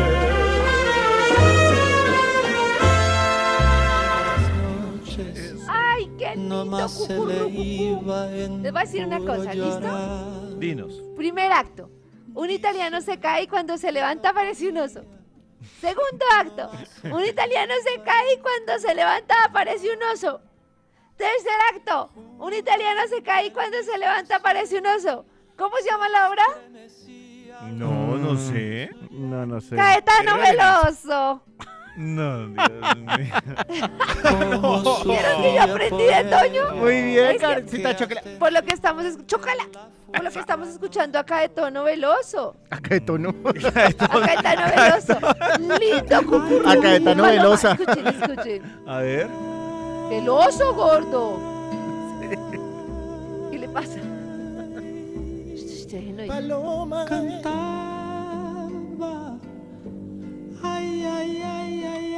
[SPEAKER 4] ¡Ay, qué lindo, cucurrucucú! Les voy a decir una cosa, ¿listo?
[SPEAKER 2] Dinos.
[SPEAKER 4] Primer acto. Un italiano se cae y cuando se levanta aparece un oso. Segundo acto. Un italiano se cae y cuando se levanta aparece un oso. Tercer acto. Un italiano se cae y cuando se levanta aparece un oso. ¿Cómo se llama la obra?
[SPEAKER 2] No sé.
[SPEAKER 3] No sé.
[SPEAKER 4] Caetano Veloso.
[SPEAKER 2] No, Dios mío.
[SPEAKER 4] ¿Vieron que yo aprendí de Toño?
[SPEAKER 3] Muy bien,
[SPEAKER 4] Es que-
[SPEAKER 3] Karencita Chocolate.
[SPEAKER 4] Por lo que estamos por lo que estamos escuchando acá de Tono Veloso.
[SPEAKER 3] A Caetano.
[SPEAKER 4] Acá está Veloso. Lindo cucurú.
[SPEAKER 3] A Caetano
[SPEAKER 4] Paloma,
[SPEAKER 3] Velosa.
[SPEAKER 4] Escuchen.
[SPEAKER 2] A ver.
[SPEAKER 4] Veloso, gordo. ¿Qué le pasa? Déjenlo ahí.
[SPEAKER 5] Paloma
[SPEAKER 9] Cantaba. Ay, ay, ay, ay,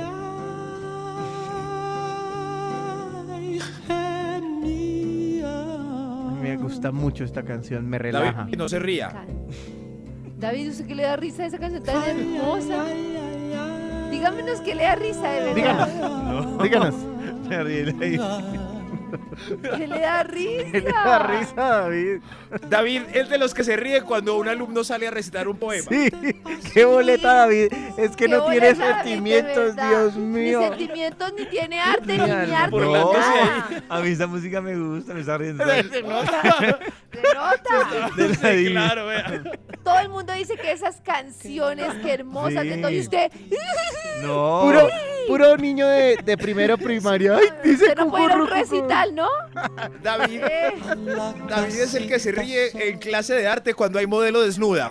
[SPEAKER 9] ay. Gemía.
[SPEAKER 3] Me gusta mucho esta canción, me relaja.
[SPEAKER 5] David, no se ría.
[SPEAKER 4] David, ¿usted qué le da risa a esa canción tan hermosa? Dígamenos qué le da risa de verdad.
[SPEAKER 3] Díganos,
[SPEAKER 2] No.
[SPEAKER 3] díganos.
[SPEAKER 2] Me ríe ahí.
[SPEAKER 4] ¿Qué le da risa?
[SPEAKER 3] ¿Qué le da risa, David?
[SPEAKER 5] David es de los que se ríe cuando un alumno sale a recitar un poema.
[SPEAKER 3] Sí, qué boleta, David. Es que
[SPEAKER 4] Qué
[SPEAKER 3] no tiene
[SPEAKER 4] boleta, David, de
[SPEAKER 3] sentimientos,
[SPEAKER 4] verdad.
[SPEAKER 3] Dios mío.
[SPEAKER 4] Ni sentimientos, ni tiene arte,
[SPEAKER 3] Ni
[SPEAKER 4] ni
[SPEAKER 3] alma.
[SPEAKER 4] arte, ni
[SPEAKER 5] Burlándose
[SPEAKER 4] nada.
[SPEAKER 2] A mí esta música me gusta, me está riendo.
[SPEAKER 4] Se nota.
[SPEAKER 2] De la
[SPEAKER 5] Sí,
[SPEAKER 2] diva.
[SPEAKER 5] claro, vea.
[SPEAKER 4] Todo el mundo dice que esas canciones, qué hermosas
[SPEAKER 2] Sí.
[SPEAKER 4] de todo. Y usted,
[SPEAKER 2] No.
[SPEAKER 3] Puro niño de primero primaria. Ay, dice
[SPEAKER 4] usted no puede ir a un
[SPEAKER 3] cucurrucucú.
[SPEAKER 4] recital, ¿no?
[SPEAKER 5] David,
[SPEAKER 4] Eh,
[SPEAKER 5] David es el que se ríe en clase de arte cuando hay modelo desnuda.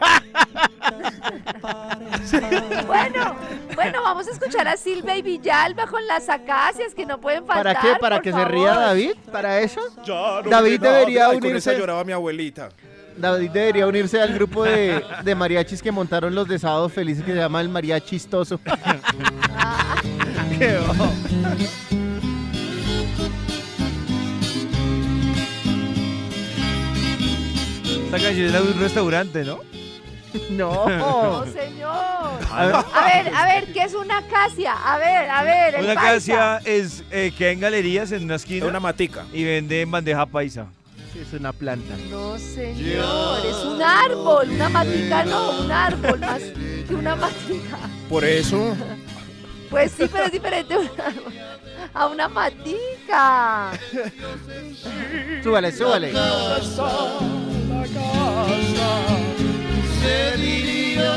[SPEAKER 4] bueno, vamos a escuchar a Silvia y Villalba con las acacias que no pueden faltar.
[SPEAKER 3] ¿Para qué? ¿Para
[SPEAKER 4] por
[SPEAKER 3] que se
[SPEAKER 4] favor.
[SPEAKER 3] ría David? ¿Para eso?
[SPEAKER 5] Ya, no
[SPEAKER 3] David
[SPEAKER 5] me nada.
[SPEAKER 3] debería
[SPEAKER 5] Ay, con esa
[SPEAKER 3] unirse.
[SPEAKER 5] lloraba mi abuelita.
[SPEAKER 3] David debería unirse al grupo de mariachis que montaron los de Sábado Felices que se llama el Mariachistoso.
[SPEAKER 2] Qué bobo. Esta canción es de un restaurante, ¿no?
[SPEAKER 3] No.
[SPEAKER 4] No, señor.
[SPEAKER 2] Ah,
[SPEAKER 4] A ver, ¿qué es una acacia? A ver, el
[SPEAKER 2] Una
[SPEAKER 4] paisa.
[SPEAKER 2] acacia es que hay en galerías en una esquina
[SPEAKER 5] Una matica.
[SPEAKER 2] y venden bandeja paisa.
[SPEAKER 3] Sí, es una planta.
[SPEAKER 4] No, señor, es un árbol, una matica no, un árbol más que una matica.
[SPEAKER 5] Por eso.
[SPEAKER 4] Pues sí, pero es diferente a una matica.
[SPEAKER 3] Súbale, súbale.
[SPEAKER 9] Se diría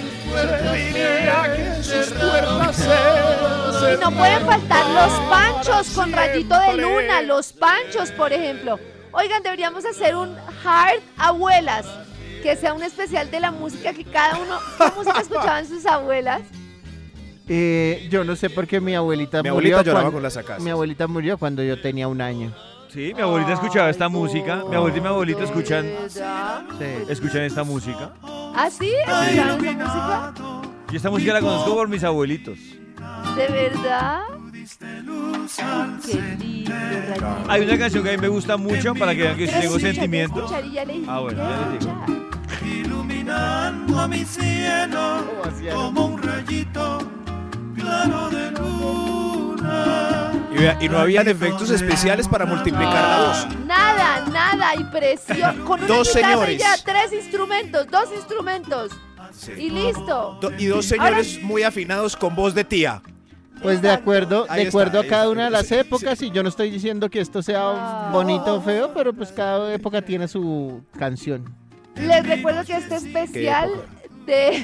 [SPEAKER 9] que sus puertas
[SPEAKER 4] Y no pueden faltar los panchos con rayito de luna, los panchos, por ejemplo. Oigan, deberíamos hacer un Heart Abuelas, que sea un especial de la música que cada uno... ¿Qué música escuchaban sus abuelas?
[SPEAKER 3] Yo no sé por qué mi abuelita
[SPEAKER 5] Mi
[SPEAKER 3] murió.
[SPEAKER 5] abuelita lloraba
[SPEAKER 3] cuando-
[SPEAKER 5] con las acacias.
[SPEAKER 3] Mi abuelita murió cuando yo tenía 1 año.
[SPEAKER 2] Sí, mi abuelita escuchaba esta música. Mi abuelita y mi abuelito escuchan,
[SPEAKER 4] ¿Verdad?
[SPEAKER 3] Sí.
[SPEAKER 2] escuchan esta música.
[SPEAKER 4] ¿Ah, sí? ¿Escuchaban esa música?
[SPEAKER 2] Y esta música la conozco por mis abuelitos.
[SPEAKER 4] ¿De verdad? Qué lindo, Rayito.
[SPEAKER 2] Hay una canción que a mí me gusta mucho para que vean que sí
[SPEAKER 4] Pero
[SPEAKER 2] tengo
[SPEAKER 4] sí, ya te
[SPEAKER 2] sentimientos.
[SPEAKER 4] escuchar y ya le dije,
[SPEAKER 2] Ah, bueno, ya les digo.
[SPEAKER 7] Iluminando a mi cielo como un rayito claro de luna.
[SPEAKER 5] Y no habían efectos especiales para multiplicar la voz.
[SPEAKER 4] Nada, impresión. Con una
[SPEAKER 5] Dos
[SPEAKER 4] guitarra
[SPEAKER 5] señores.
[SPEAKER 4] y ya 3 instrumentos, 2 instrumentos. Y listo.
[SPEAKER 5] Y dos señores muy afinados con voz de tía.
[SPEAKER 3] Pues de acuerdo
[SPEAKER 5] Ahí
[SPEAKER 3] a
[SPEAKER 5] está,
[SPEAKER 3] cada
[SPEAKER 5] ahí
[SPEAKER 3] una de
[SPEAKER 5] está.
[SPEAKER 3] las
[SPEAKER 5] Sí,
[SPEAKER 3] épocas, y yo no estoy diciendo que esto sea bonito o feo, pero pues cada época tiene su canción.
[SPEAKER 4] Les recuerdo que este especial de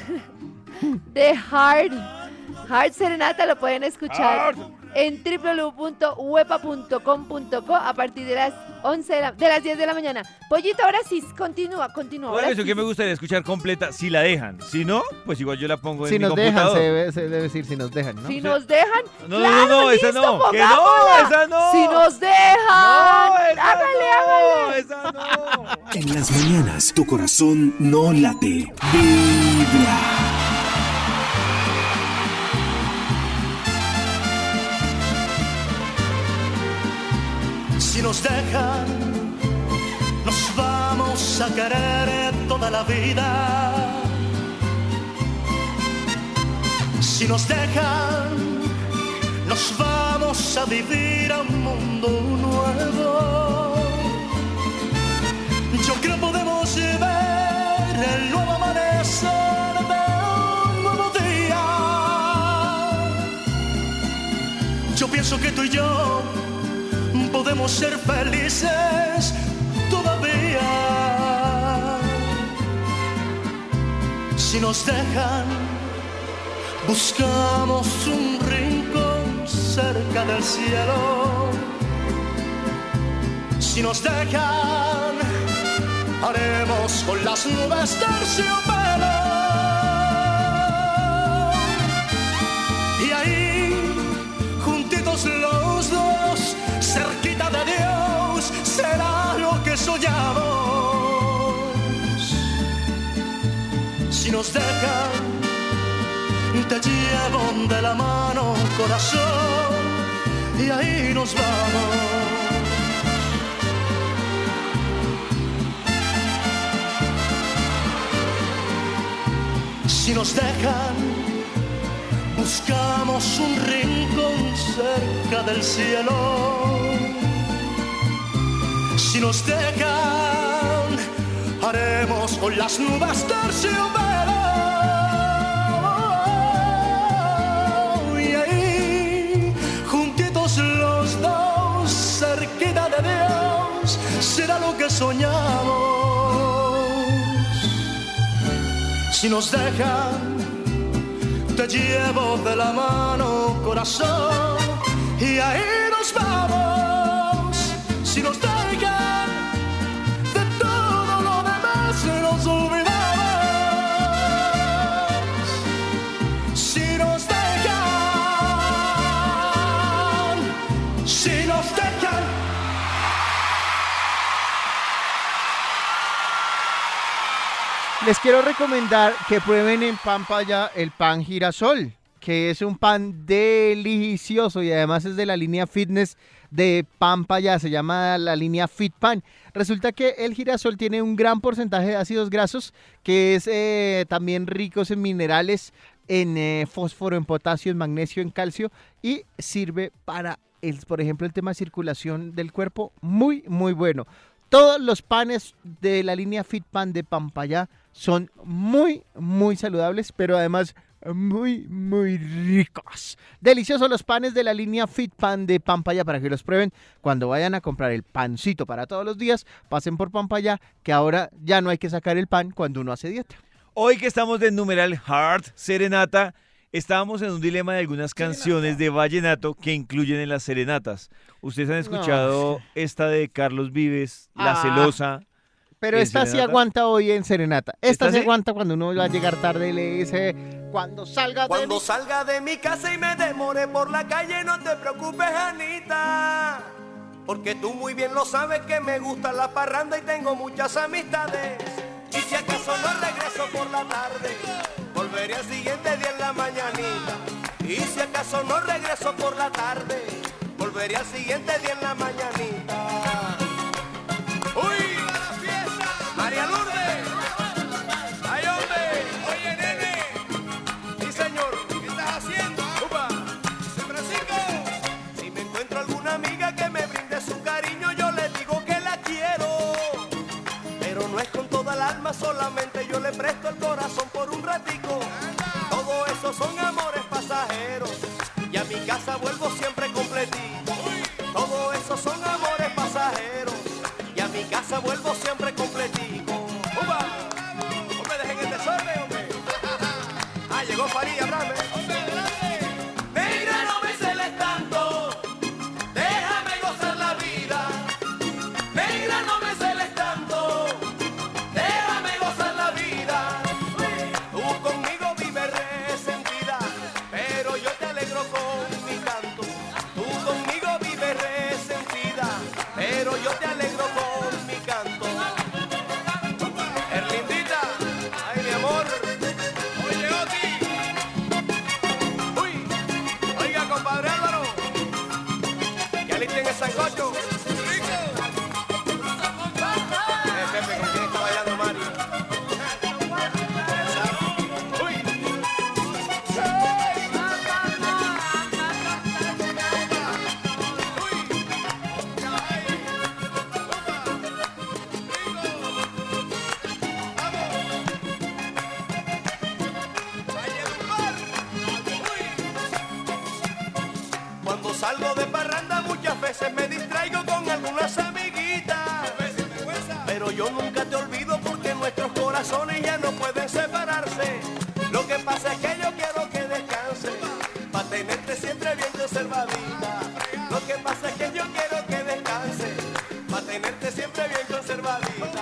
[SPEAKER 4] Heart Serenata lo pueden escuchar en www.wepa.com.co a partir de las 10 de la mañana. Pollito, ahora sí, continúa.
[SPEAKER 2] Una
[SPEAKER 4] ahora
[SPEAKER 2] canción
[SPEAKER 4] sí.
[SPEAKER 2] que me gustaría escuchar completa si la dejan. Si no, pues igual yo la pongo en
[SPEAKER 3] Si
[SPEAKER 2] mi
[SPEAKER 3] nos dejan,
[SPEAKER 2] computador.
[SPEAKER 3] se debe decir si nos dejan, ¿no?
[SPEAKER 4] Si nos dejan.
[SPEAKER 2] No,
[SPEAKER 4] claro,
[SPEAKER 2] no, esa
[SPEAKER 4] listo,
[SPEAKER 2] no. Que no,
[SPEAKER 4] pongámosla.
[SPEAKER 2] esa no.
[SPEAKER 4] Si nos dejan.
[SPEAKER 2] No, esa
[SPEAKER 4] hágale.
[SPEAKER 2] no, esa no.
[SPEAKER 1] En las mañanas tu corazón no late, vibra.
[SPEAKER 9] Si nos dejan, nos vamos a querer toda la vida. Si nos dejan, nos vamos a vivir a un mundo nuevo. Yo creo podemos ver el nuevo amanecer de un nuevo día. Yo pienso que tú y yo podemos ser felices todavía. Si nos dejan,
[SPEAKER 6] Buscamos un rincón cerca del cielo. Si nos dejan, haremos con las nubes terciopelo. Y ahí, juntitos los dos, cerquita de Dios, será lo que soñamos. Si nos dejan, te llevo de la mano, corazón, y ahí nos vamos. Si nos dejan, buscamos un rincón cerca del cielo. Si nos dejan, haremos con las nubes terciopelo. Y ahí, juntitos los dos, cerquita de Dios, será lo que soñamos. Si nos dejan, te llevo de la mano, corazón, y ahí nos vamos. Si nos dejan, de todo lo demás nos olvidamos. Si nos dejan, si nos dejan.
[SPEAKER 3] Les quiero recomendar que prueben en Pampaya el pan girasol, que es un pan delicioso y además es de la línea fitness de Pampaya, se llama la línea Fit Pan. Resulta que el girasol tiene un gran porcentaje de ácidos grasos, que es también ricos en minerales, en fósforo, en potasio, en magnesio, en calcio, y sirve para, por ejemplo, el tema de circulación del cuerpo, muy, muy bueno. Todos los panes de la línea Fit Pan de Pampaya son muy, muy saludables, pero además muy, muy ricos. Deliciosos los panes de la línea Fit Pan de Pampaya para que los prueben cuando vayan a comprar el pancito para todos los días. Pasen por Pampaya, que ahora ya no hay que sacar el pan cuando uno hace dieta.
[SPEAKER 2] Hoy que estamos de numeral Heart Serenata, estábamos en un dilema de algunas canciones de vallenato que incluyen en las serenatas. ¿Ustedes han escuchado esta de Carlos Vives, La Celosa?
[SPEAKER 3] Pero esta sí aguanta hoy en serenata. Esta sí aguanta cuando uno va a llegar tarde y le dice, cuando salga
[SPEAKER 9] de mi casa y me demore por la calle, no te preocupes, Anita, porque tú muy bien lo sabes que me gusta la parranda y tengo muchas amistades. Y si acaso no regreso por la tarde, volveré al siguiente día en la mañanita. Y si acaso no regreso por la tarde, volveré al siguiente día en la mañanita. ¡Uy! ¡María Lourdes! ¡Ay, hombre! Oye, nene. Sí, señor. ¿Qué estás haciendo? ¡Upa! ¡San Francisco! Si me encuentro alguna amiga que me brinde su cariño, yo le digo que la quiero. Pero no es con toda el alma, solamente yo le presto el corazón por un ratico. Todo eso son amores pasajeros y a mi casa vuelvo siempre completito. Todo eso son amores pasajeros y a mi casa vuelvo siempre completico. ¡Upa! ¡Hombre, dejen el desorden, hombre! ¡Ah, llegó Farid, háblame! Negra, no me celes tanto, déjame gozar la vida. Negra, no me celes tanto, déjame gozar la vida. Tú conmigo vives resentida, pero yo te alegro con mi canto. Tú conmigo vives resentida, pero yo te alegro con mi canto. Erlindita, ay mi amor. Oye, Oti. Uy, oiga, compadre Álvaro, que alisten el sancocho. Pepe, ¿con quién está bailando Mario? Uy. Cuando salgo de parranda muchas veces me distraigo con algunas amiguitas, pero yo nunca te olvido porque nuestros corazones ya no pueden separarse. Lo que pasa es que yo quiero que descanses. vida. Lo que pasa es que yo quiero que descanse, para tenerte siempre bien conservadita.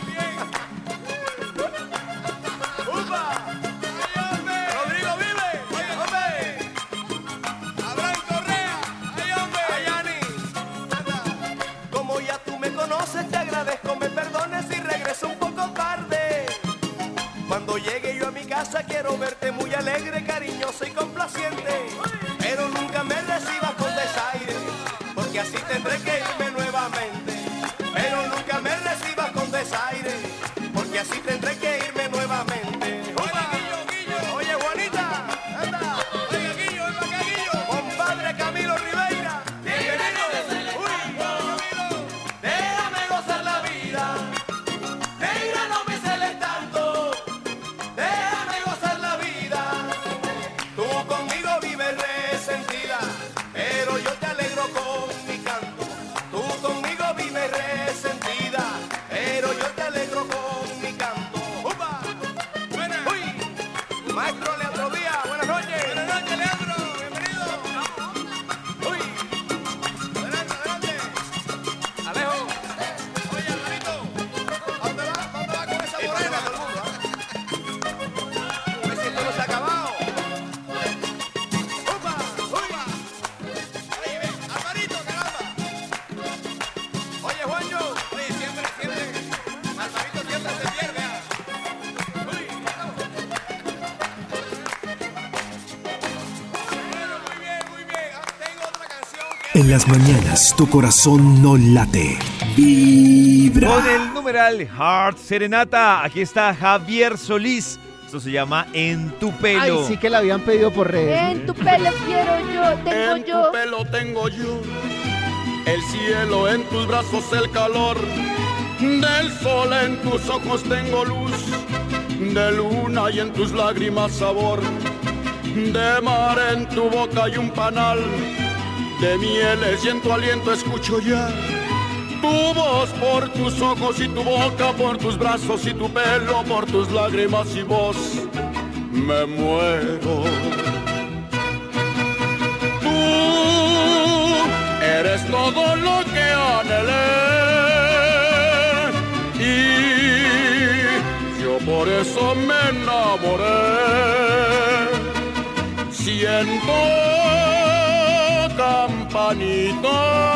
[SPEAKER 9] ¡Upa! ¡Rodrigo vive! ¡Oye, hombre! ¡Abraham Correa! ¡Ay, hombre! ¡Ayani! Como ya tú me conoces, te agradezco, me perdones si regreso un poco tarde. Cuando llegue yo a mi casa quiero verte muy alegre, cariñosa y complaciente. Pero nunca me recibas con desaire, porque así tendré que irme nuevamente. Pero nunca me recibas con desaire, porque así tendré que irme nuevamente. Oye, Juanita, anda. Oye, Guillo, ven para acá, Guillo. Compadre Camilo Ribeira, bienvenido. Uy, Camilo, déjame gozar la vida. Negra, no me celes tanto. Déjame gozar la vida. Tú conmigo vives resentida, pero yo te alegro con mi canto. Tú conmigo vives resentida, pero yo te alegro con mi canto. ¡Upa! Uy, maestro Leandro Díaz, buenas noches. Buenas noches, Leandro, bienvenido. Uy, adelante, adelante. Alejo. Oye, Alvarito, ¿a dónde va? ¿A dónde va con esa morena? A ver si esto no se ha acabado. ¡Upa! ¡Upa! Oye, ven, Alvarito, caramba. Oye, Juanjo. Oye, siempre. Alvarito siempre se pierde. Uy, bueno, muy bien. Tengo otra canción que...
[SPEAKER 1] En las mañanas tu corazón no late, vibra.
[SPEAKER 2] Con el numeral Heart Serenata, aquí está Javier Solís. Esto se llama En tu pelo.
[SPEAKER 3] Ay, sí que la habían pedido por redes.
[SPEAKER 4] En tu pelo quiero yo, tengo
[SPEAKER 6] En
[SPEAKER 4] yo.
[SPEAKER 6] tu pelo tengo yo el cielo, en tus brazos el calor del sol, en tus ojos tengo luz de luna y en tus lágrimas sabor de mar, en tu boca hay un panal de mieles y en tu aliento escucho ya tu voz por tus ojos y tu boca, por tus brazos y tu pelo, por tus lágrimas y voz me muero. Eres todo lo que anhelé y yo por eso me enamoré. Siento campanitas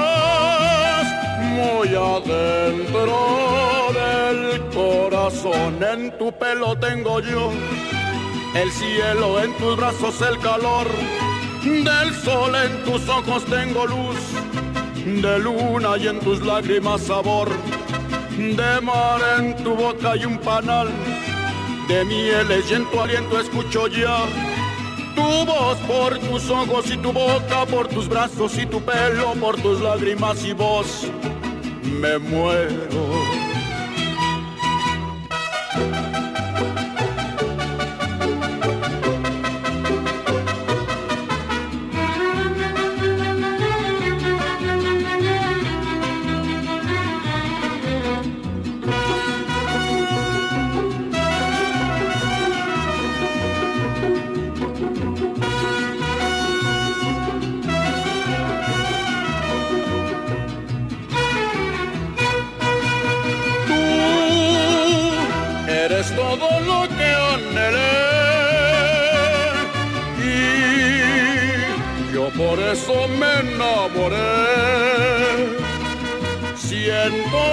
[SPEAKER 6] muy adentro del corazón. En tu pelo tengo yo el cielo, en tus brazos el calor del sol, en tus ojos tengo luz de luna y en tus lágrimas sabor de mar, en tu boca hay un panal de mieles y en tu aliento escucho ya tu voz por tus ojos y tu boca, por tus brazos y tu pelo, por tus lágrimas y voz me muero. Eres todo lo que anhelé y yo por eso me enamoré. Siento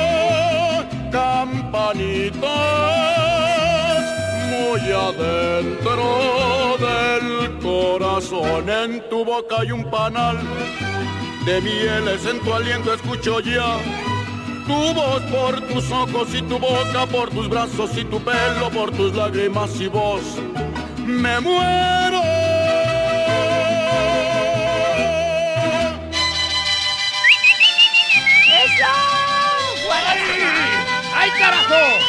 [SPEAKER 6] campanitas muy adentro del corazón. En tu boca hay un panal de mieles, en tu aliento escucho ya tu voz por tus ojos y tu boca, por tus brazos y tu pelo, por tus lágrimas y voz me muero.
[SPEAKER 4] ¡Eso!
[SPEAKER 5] ¡Ay, carajo!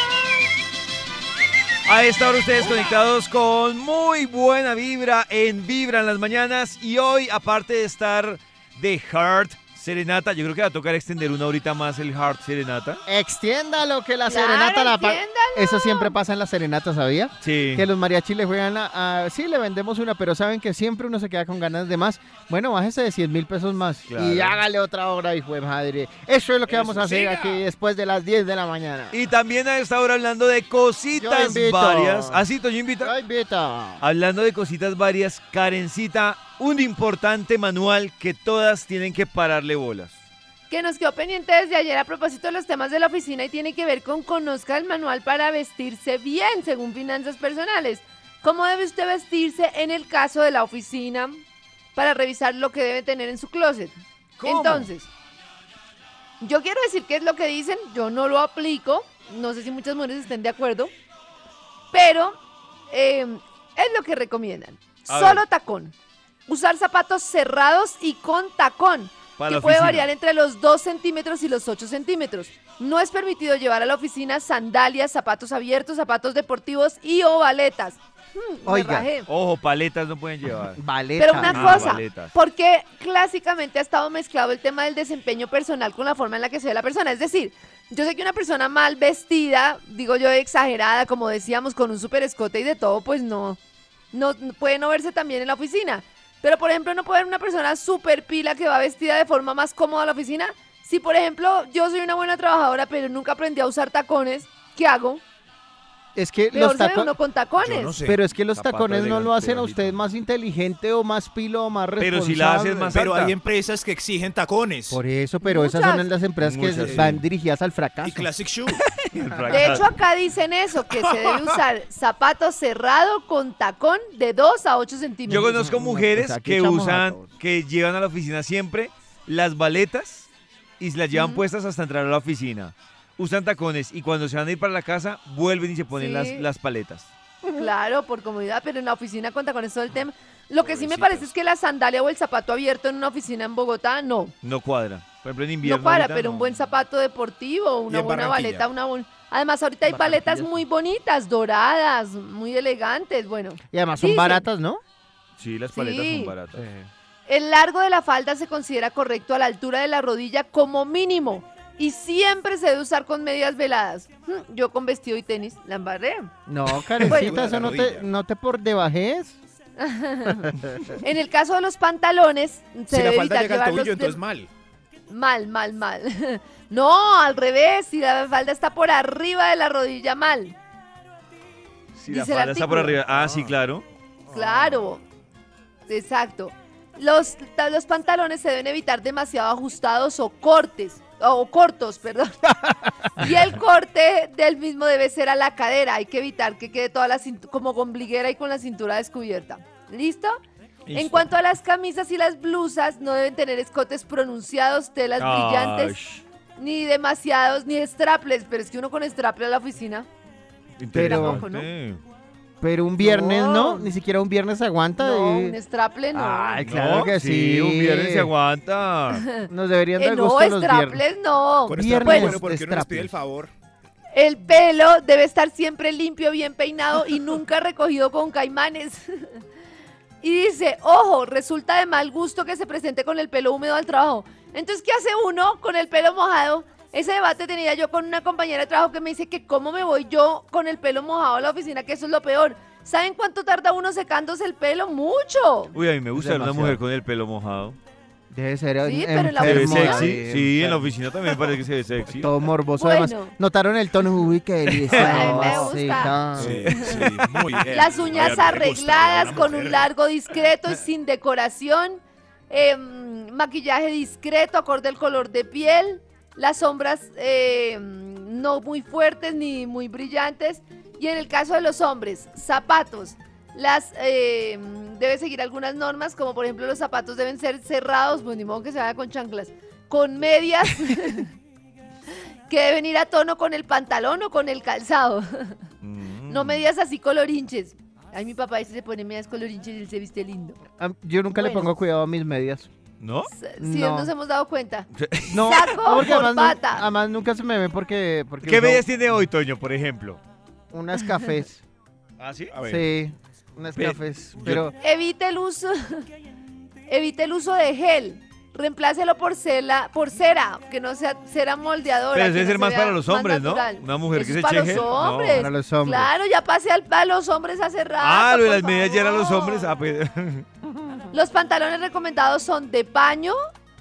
[SPEAKER 2] A esta hora ustedes conectados con muy buena vibra en Vibra en las mañanas. Y hoy, aparte de estar de Heart Serenata, yo creo que va a tocar extender una horita más el Heart Serenata.
[SPEAKER 3] Extiéndalo, que la
[SPEAKER 4] Claro,
[SPEAKER 3] serenata
[SPEAKER 4] extiéndalo.
[SPEAKER 3] Eso siempre pasa en la serenata, ¿sabía?
[SPEAKER 2] Sí.
[SPEAKER 3] Que los mariachis le juegan sí, le vendemos una, pero saben que siempre uno se queda con ganas de más. Bueno, bájese de 100,000 pesos más
[SPEAKER 2] Claro.
[SPEAKER 3] y hágale otra hora, hijo de madre. Eso es lo que vamos a hacer
[SPEAKER 5] siga.
[SPEAKER 3] aquí después de las 10 de la mañana.
[SPEAKER 2] Y también a esta hora hablando de cositas
[SPEAKER 3] Yo invito.
[SPEAKER 2] varias. ¿Ah, sí, Toño invita?
[SPEAKER 3] Ay, Vita.
[SPEAKER 2] Hablando de cositas varias, Karencita, un importante manual que todas tienen que pararle bolas.
[SPEAKER 4] Que nos quedó pendiente desde ayer a propósito de los temas de la oficina y tiene que ver con conozca el manual para vestirse bien según finanzas personales. ¿Cómo debe usted vestirse en el caso de la oficina para revisar lo que debe tener en su closet?
[SPEAKER 2] ¿Cómo?
[SPEAKER 4] Entonces, yo quiero decir qué es lo que dicen, yo no lo aplico, no sé si muchas mujeres estén de acuerdo, pero es lo que recomiendan.
[SPEAKER 2] A
[SPEAKER 4] Solo
[SPEAKER 2] ver.
[SPEAKER 4] tacón, usar zapatos cerrados y con tacón.
[SPEAKER 2] Para
[SPEAKER 4] Que
[SPEAKER 2] la
[SPEAKER 4] puede
[SPEAKER 2] oficina.
[SPEAKER 4] variar entre los 2 centímetros y los 8 centímetros. No es permitido llevar a la oficina sandalias, zapatos abiertos, zapatos deportivos y o baletas. Me
[SPEAKER 3] Oiga.
[SPEAKER 4] rajé.
[SPEAKER 2] Ojo, paletas no pueden llevar.
[SPEAKER 3] Valeta.
[SPEAKER 4] Pero una
[SPEAKER 2] Ah,
[SPEAKER 4] cosa,
[SPEAKER 2] baletas.
[SPEAKER 4] porque clásicamente ha estado mezclado el tema del desempeño personal con la forma en la que se ve la persona. Es decir, yo sé que una persona mal vestida, digo yo exagerada, como decíamos, con un super escote y de todo, pues no puede no verse también en la oficina. Pero, por ejemplo, no puede haber una persona súper pila que va vestida de forma más cómoda a la oficina. Si, por ejemplo, yo soy una buena trabajadora, pero nunca aprendí a usar tacones, ¿qué hago?
[SPEAKER 3] Es que
[SPEAKER 4] Peor
[SPEAKER 3] los
[SPEAKER 4] se ve
[SPEAKER 3] tacones.
[SPEAKER 4] uno con tacones.
[SPEAKER 5] Yo no sé.
[SPEAKER 3] Pero es que los
[SPEAKER 2] Zapato
[SPEAKER 3] tacones no lo
[SPEAKER 2] elegante,
[SPEAKER 3] hacen a
[SPEAKER 2] bajito.
[SPEAKER 3] usted más inteligente o más pilo o más responsable.
[SPEAKER 2] Pero si la haces más
[SPEAKER 5] Pero
[SPEAKER 2] alta.
[SPEAKER 5] hay empresas que exigen tacones.
[SPEAKER 3] Por eso, pero esas
[SPEAKER 4] Muchas.
[SPEAKER 3] son las empresas que
[SPEAKER 2] Muchas,
[SPEAKER 3] van
[SPEAKER 2] sí.
[SPEAKER 3] dirigidas al fracaso.
[SPEAKER 5] Y Classic Shoe.
[SPEAKER 4] De hecho, acá dicen eso, que se debe usar zapato cerrado con tacón de 2 a 8
[SPEAKER 2] Yo
[SPEAKER 4] centímetros.
[SPEAKER 2] conozco mujeres
[SPEAKER 3] pues aquí
[SPEAKER 2] que
[SPEAKER 3] echamos a
[SPEAKER 2] usan,
[SPEAKER 3] todos.
[SPEAKER 2] que llevan a la oficina siempre las baletas y se las llevan
[SPEAKER 4] Ujú.
[SPEAKER 2] puestas hasta entrar a la oficina. Usan tacones y cuando se van a ir para la casa, vuelven y se ponen
[SPEAKER 4] Sí.
[SPEAKER 2] las paletas.
[SPEAKER 4] Claro, por comodidad, pero en la oficina con tacones todo el tema. Lo que sí me parece es que la sandalia o el zapato abierto en una oficina en Bogotá, no.
[SPEAKER 2] No cuadra. Por ejemplo, en invierno.
[SPEAKER 4] No para,
[SPEAKER 2] ahorita
[SPEAKER 4] pero
[SPEAKER 2] no.
[SPEAKER 4] un buen zapato deportivo, una
[SPEAKER 5] en
[SPEAKER 4] buena
[SPEAKER 5] Barranquilla.
[SPEAKER 4] baleta, Además, ahorita hay
[SPEAKER 3] Barranquilla,
[SPEAKER 4] paletas
[SPEAKER 3] sí.
[SPEAKER 4] muy bonitas, doradas, muy elegantes, bueno.
[SPEAKER 3] Y además son
[SPEAKER 4] Dicen.
[SPEAKER 3] baratas, ¿no?
[SPEAKER 2] Sí, las paletas
[SPEAKER 4] Sí.
[SPEAKER 2] son baratas.
[SPEAKER 4] El largo de la falda se considera correcto a la altura de la rodilla como mínimo y siempre se debe usar con medias veladas. Yo con vestido y tenis la embarré.
[SPEAKER 3] No,
[SPEAKER 4] Bueno.
[SPEAKER 3] Karencita, eso
[SPEAKER 5] La rodilla.
[SPEAKER 3] no te por debajes.
[SPEAKER 4] En el caso de los pantalones, se
[SPEAKER 5] Si la
[SPEAKER 4] debe
[SPEAKER 5] falda
[SPEAKER 4] evitar
[SPEAKER 5] llega al
[SPEAKER 4] llevarlos
[SPEAKER 5] tobillo,
[SPEAKER 4] de-
[SPEAKER 5] entonces mal.
[SPEAKER 4] Mal. No, al revés, si la falda está por arriba de la rodilla, mal.
[SPEAKER 2] Si la
[SPEAKER 4] Dice el
[SPEAKER 2] falda está por
[SPEAKER 4] artículo.
[SPEAKER 2] arriba. Ah, sí, claro.
[SPEAKER 4] Claro, exacto. Los pantalones se deben evitar demasiado ajustados o cortos, perdón. Y el corte del mismo debe ser a la cadera. Hay que evitar que quede toda la cintura como con ombliguera y con la cintura descubierta. ¿Listo? En
[SPEAKER 2] Listo.
[SPEAKER 4] cuanto a las camisas y las blusas, no deben tener escotes pronunciados, telas brillantes, ni demasiados, ni strapless. Pero es que uno con strapless a la oficina.
[SPEAKER 2] Interesante.
[SPEAKER 3] Pero un viernes
[SPEAKER 4] No.
[SPEAKER 3] no, ni siquiera un viernes aguanta.
[SPEAKER 4] No,
[SPEAKER 3] y
[SPEAKER 4] un strapless no.
[SPEAKER 3] Ay, claro
[SPEAKER 2] No,
[SPEAKER 3] que sí.
[SPEAKER 2] un viernes se aguanta.
[SPEAKER 3] nos deberían dar
[SPEAKER 4] No,
[SPEAKER 3] gusto los viernes.
[SPEAKER 4] strapless no.
[SPEAKER 5] Con
[SPEAKER 3] Viernes
[SPEAKER 5] esta bueno,
[SPEAKER 3] de
[SPEAKER 5] porque uno les pide
[SPEAKER 3] strapless.
[SPEAKER 5] el favor.
[SPEAKER 4] El pelo debe estar siempre limpio, bien peinado y nunca recogido con caimanes. Y dice, ojo, resulta de mal gusto que se presente con el pelo húmedo al trabajo. Entonces, ¿qué hace uno con el pelo mojado? Ese debate tenía yo con una compañera de trabajo que me dice que cómo me voy yo con el pelo mojado a la oficina, que eso es lo peor. ¿Saben cuánto tarda uno secándose el pelo? ¡Mucho!
[SPEAKER 2] Uy, a mí me gusta ver una
[SPEAKER 3] Demasiado.
[SPEAKER 2] mujer con el pelo mojado.
[SPEAKER 3] Debe ser
[SPEAKER 4] Sí, pero en la
[SPEAKER 2] Se ve
[SPEAKER 3] enfermo,
[SPEAKER 4] oficina.
[SPEAKER 2] sexy.
[SPEAKER 3] David,
[SPEAKER 2] Sí, en la
[SPEAKER 3] enfermo.
[SPEAKER 2] oficina también parece que se ve sexy.
[SPEAKER 3] Todo morboso.
[SPEAKER 4] Bueno.
[SPEAKER 3] Además, notaron el tono. Uy, qué delicia.
[SPEAKER 4] Ay, me
[SPEAKER 3] mamacita.
[SPEAKER 4] gusta.
[SPEAKER 5] Sí, muy bien.
[SPEAKER 4] Las uñas
[SPEAKER 5] Oiga, me gusta
[SPEAKER 4] arregladas
[SPEAKER 5] una
[SPEAKER 4] con
[SPEAKER 5] mujer.
[SPEAKER 4] un largo discreto y sin decoración. Maquillaje discreto acorde al color de piel. Las sombras no muy fuertes ni muy brillantes. Y en el caso de los hombres, zapatos. Debe seguir algunas normas, como por ejemplo los zapatos deben ser cerrados, pues ni modo que se vaya con chanclas. Con medias que deben ir a tono con el pantalón o con el calzado. No medias así colorinches. Ay, mi papá ese se pone medias colorinches y él se viste lindo.
[SPEAKER 3] Yo nunca le
[SPEAKER 4] Bueno.
[SPEAKER 3] pongo cuidado a mis medias.
[SPEAKER 2] ¿No?
[SPEAKER 4] Sí,
[SPEAKER 3] No.
[SPEAKER 4] nos hemos dado cuenta.
[SPEAKER 3] No,
[SPEAKER 4] Saco
[SPEAKER 3] porque
[SPEAKER 4] por
[SPEAKER 3] además,
[SPEAKER 4] pata.
[SPEAKER 3] además nunca se me ven porque
[SPEAKER 2] ¿Qué
[SPEAKER 3] uso
[SPEAKER 2] medias tiene hoy, Toño, por ejemplo?
[SPEAKER 3] unas cafés.
[SPEAKER 2] ¿Ah, sí?
[SPEAKER 5] A ver.
[SPEAKER 3] Sí, unas
[SPEAKER 2] Ve,
[SPEAKER 3] cafés. Pero
[SPEAKER 4] Evite el uso de gel. reemplácelo por cera, que no sea cera moldeadora.
[SPEAKER 2] Pero
[SPEAKER 4] que
[SPEAKER 2] debe
[SPEAKER 4] no
[SPEAKER 2] ser
[SPEAKER 4] se
[SPEAKER 2] más
[SPEAKER 4] vea
[SPEAKER 2] para los hombres, ¿no?
[SPEAKER 4] natural.
[SPEAKER 2] Una mujer
[SPEAKER 4] Eso
[SPEAKER 2] que
[SPEAKER 4] es
[SPEAKER 2] se
[SPEAKER 4] para
[SPEAKER 2] cheje.
[SPEAKER 4] los
[SPEAKER 2] No.
[SPEAKER 4] hombres.
[SPEAKER 3] Para los hombres.
[SPEAKER 4] Claro, ya pasé a los hombres hace rato.
[SPEAKER 2] Ah, lo de
[SPEAKER 4] por
[SPEAKER 2] las medias ya eran los
[SPEAKER 4] favor.
[SPEAKER 2] hombres. Ah, pues.
[SPEAKER 4] Los pantalones recomendados son de paño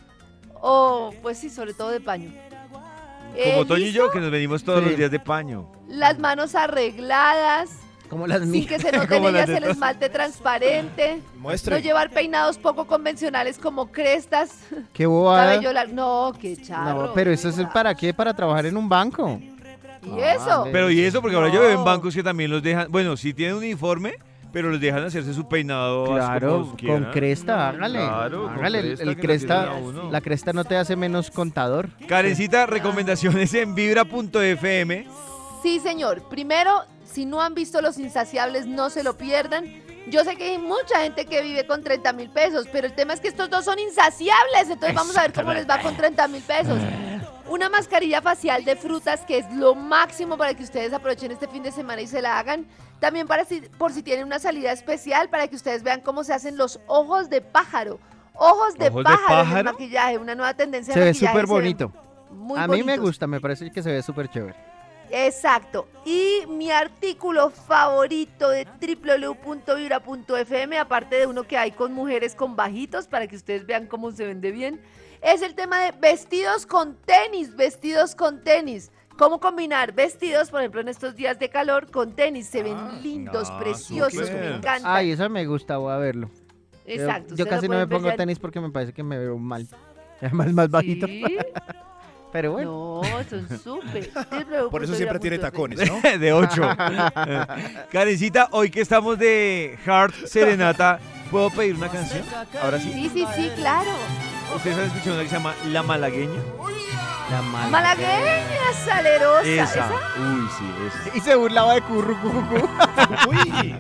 [SPEAKER 4] o, pues sí, sobre todo de paño.
[SPEAKER 2] Como Toño y yo,
[SPEAKER 4] liso,
[SPEAKER 2] que nos venimos todos
[SPEAKER 3] Sí.
[SPEAKER 2] los días de paño.
[SPEAKER 4] las manos arregladas,
[SPEAKER 3] Como las
[SPEAKER 4] sin
[SPEAKER 3] mías.
[SPEAKER 4] que se note en
[SPEAKER 2] Como las
[SPEAKER 4] ellas
[SPEAKER 2] de
[SPEAKER 4] el
[SPEAKER 2] todos.
[SPEAKER 4] esmalte transparente.
[SPEAKER 5] Muestre.
[SPEAKER 4] No llevar peinados poco convencionales como crestas,
[SPEAKER 3] Qué bobada.
[SPEAKER 4] cabello largo. No, qué charro.
[SPEAKER 3] No, pero eso es para qué, para trabajar en un banco.
[SPEAKER 4] ¿Y eso?
[SPEAKER 3] vale.
[SPEAKER 2] Pero y eso, porque ahora yo veo en
[SPEAKER 4] No.
[SPEAKER 2] bancos que también los dejan. Bueno, sí tienen uniforme, pero los dejan hacerse su peinado. así
[SPEAKER 3] Claro,
[SPEAKER 2] como
[SPEAKER 3] con
[SPEAKER 2] quieran.
[SPEAKER 3] cresta, hágale.
[SPEAKER 2] Claro, con
[SPEAKER 3] Hágale,
[SPEAKER 2] cresta
[SPEAKER 3] el
[SPEAKER 2] que
[SPEAKER 3] cresta,
[SPEAKER 2] le tienen a uno.
[SPEAKER 3] la cresta no te hace menos contador.
[SPEAKER 2] Karencita, recomendaciones en vibra.fm.
[SPEAKER 4] Sí, señor. Primero, si no han visto Los Insaciables, no se lo pierdan. Yo sé que hay mucha gente que vive con 30.000 pesos, pero el tema es que estos dos son insaciables, entonces vamos a ver cómo les va con 30.000 pesos. Una mascarilla facial de frutas, que es lo máximo para que ustedes aprovechen este fin de semana y se la hagan. También por si tienen una salida especial, para que ustedes vean cómo se hacen los ojos de pájaro. Ojos de
[SPEAKER 2] ¿Ojos de
[SPEAKER 4] pájaro en el
[SPEAKER 2] pájaro?
[SPEAKER 4] maquillaje, una nueva tendencia
[SPEAKER 3] Se
[SPEAKER 4] de
[SPEAKER 3] ve
[SPEAKER 4] maquillaje.
[SPEAKER 3] súper
[SPEAKER 4] se ven
[SPEAKER 3] bonito.
[SPEAKER 4] muy
[SPEAKER 3] A mí me
[SPEAKER 4] bonitos.
[SPEAKER 3] gusta, me parece que se ve súper chévere.
[SPEAKER 4] Exacto. Y mi artículo favorito de www.vibra.fm, aparte de uno que hay con mujeres con bajitos, para que ustedes vean cómo se vende bien, es el tema de vestidos con tenis, vestidos con tenis. ¿Cómo combinar vestidos, por ejemplo, en estos días de calor, con tenis? Se ven lindos, preciosos,
[SPEAKER 2] súper.
[SPEAKER 4] me encantan.
[SPEAKER 3] Ay, esa me gusta, voy a verlo.
[SPEAKER 4] Exacto.
[SPEAKER 3] Yo
[SPEAKER 4] ustedes
[SPEAKER 3] casi
[SPEAKER 4] lo
[SPEAKER 3] no me
[SPEAKER 4] pueden
[SPEAKER 3] pongo
[SPEAKER 4] ver ya-
[SPEAKER 3] tenis porque me parece que me veo mal. Además, más bajito.
[SPEAKER 4] ¿Sí?
[SPEAKER 3] Pero bueno.
[SPEAKER 4] No, son súper.
[SPEAKER 5] Por eso siempre tiene tacones, ¿no?
[SPEAKER 2] De 8. Karencita, hoy que estamos de Heart Serenata, ¿puedo pedir una canción? Ahora sí.
[SPEAKER 4] Sí, sí, sí, claro.
[SPEAKER 2] ¿Ustedes han escuchado una que se llama La Malagueña?
[SPEAKER 3] La mala.
[SPEAKER 4] Malagueña salerosa.
[SPEAKER 2] Esa. Uy, sí, esa.
[SPEAKER 3] Y se burlaba de currucucu.
[SPEAKER 5] Uy.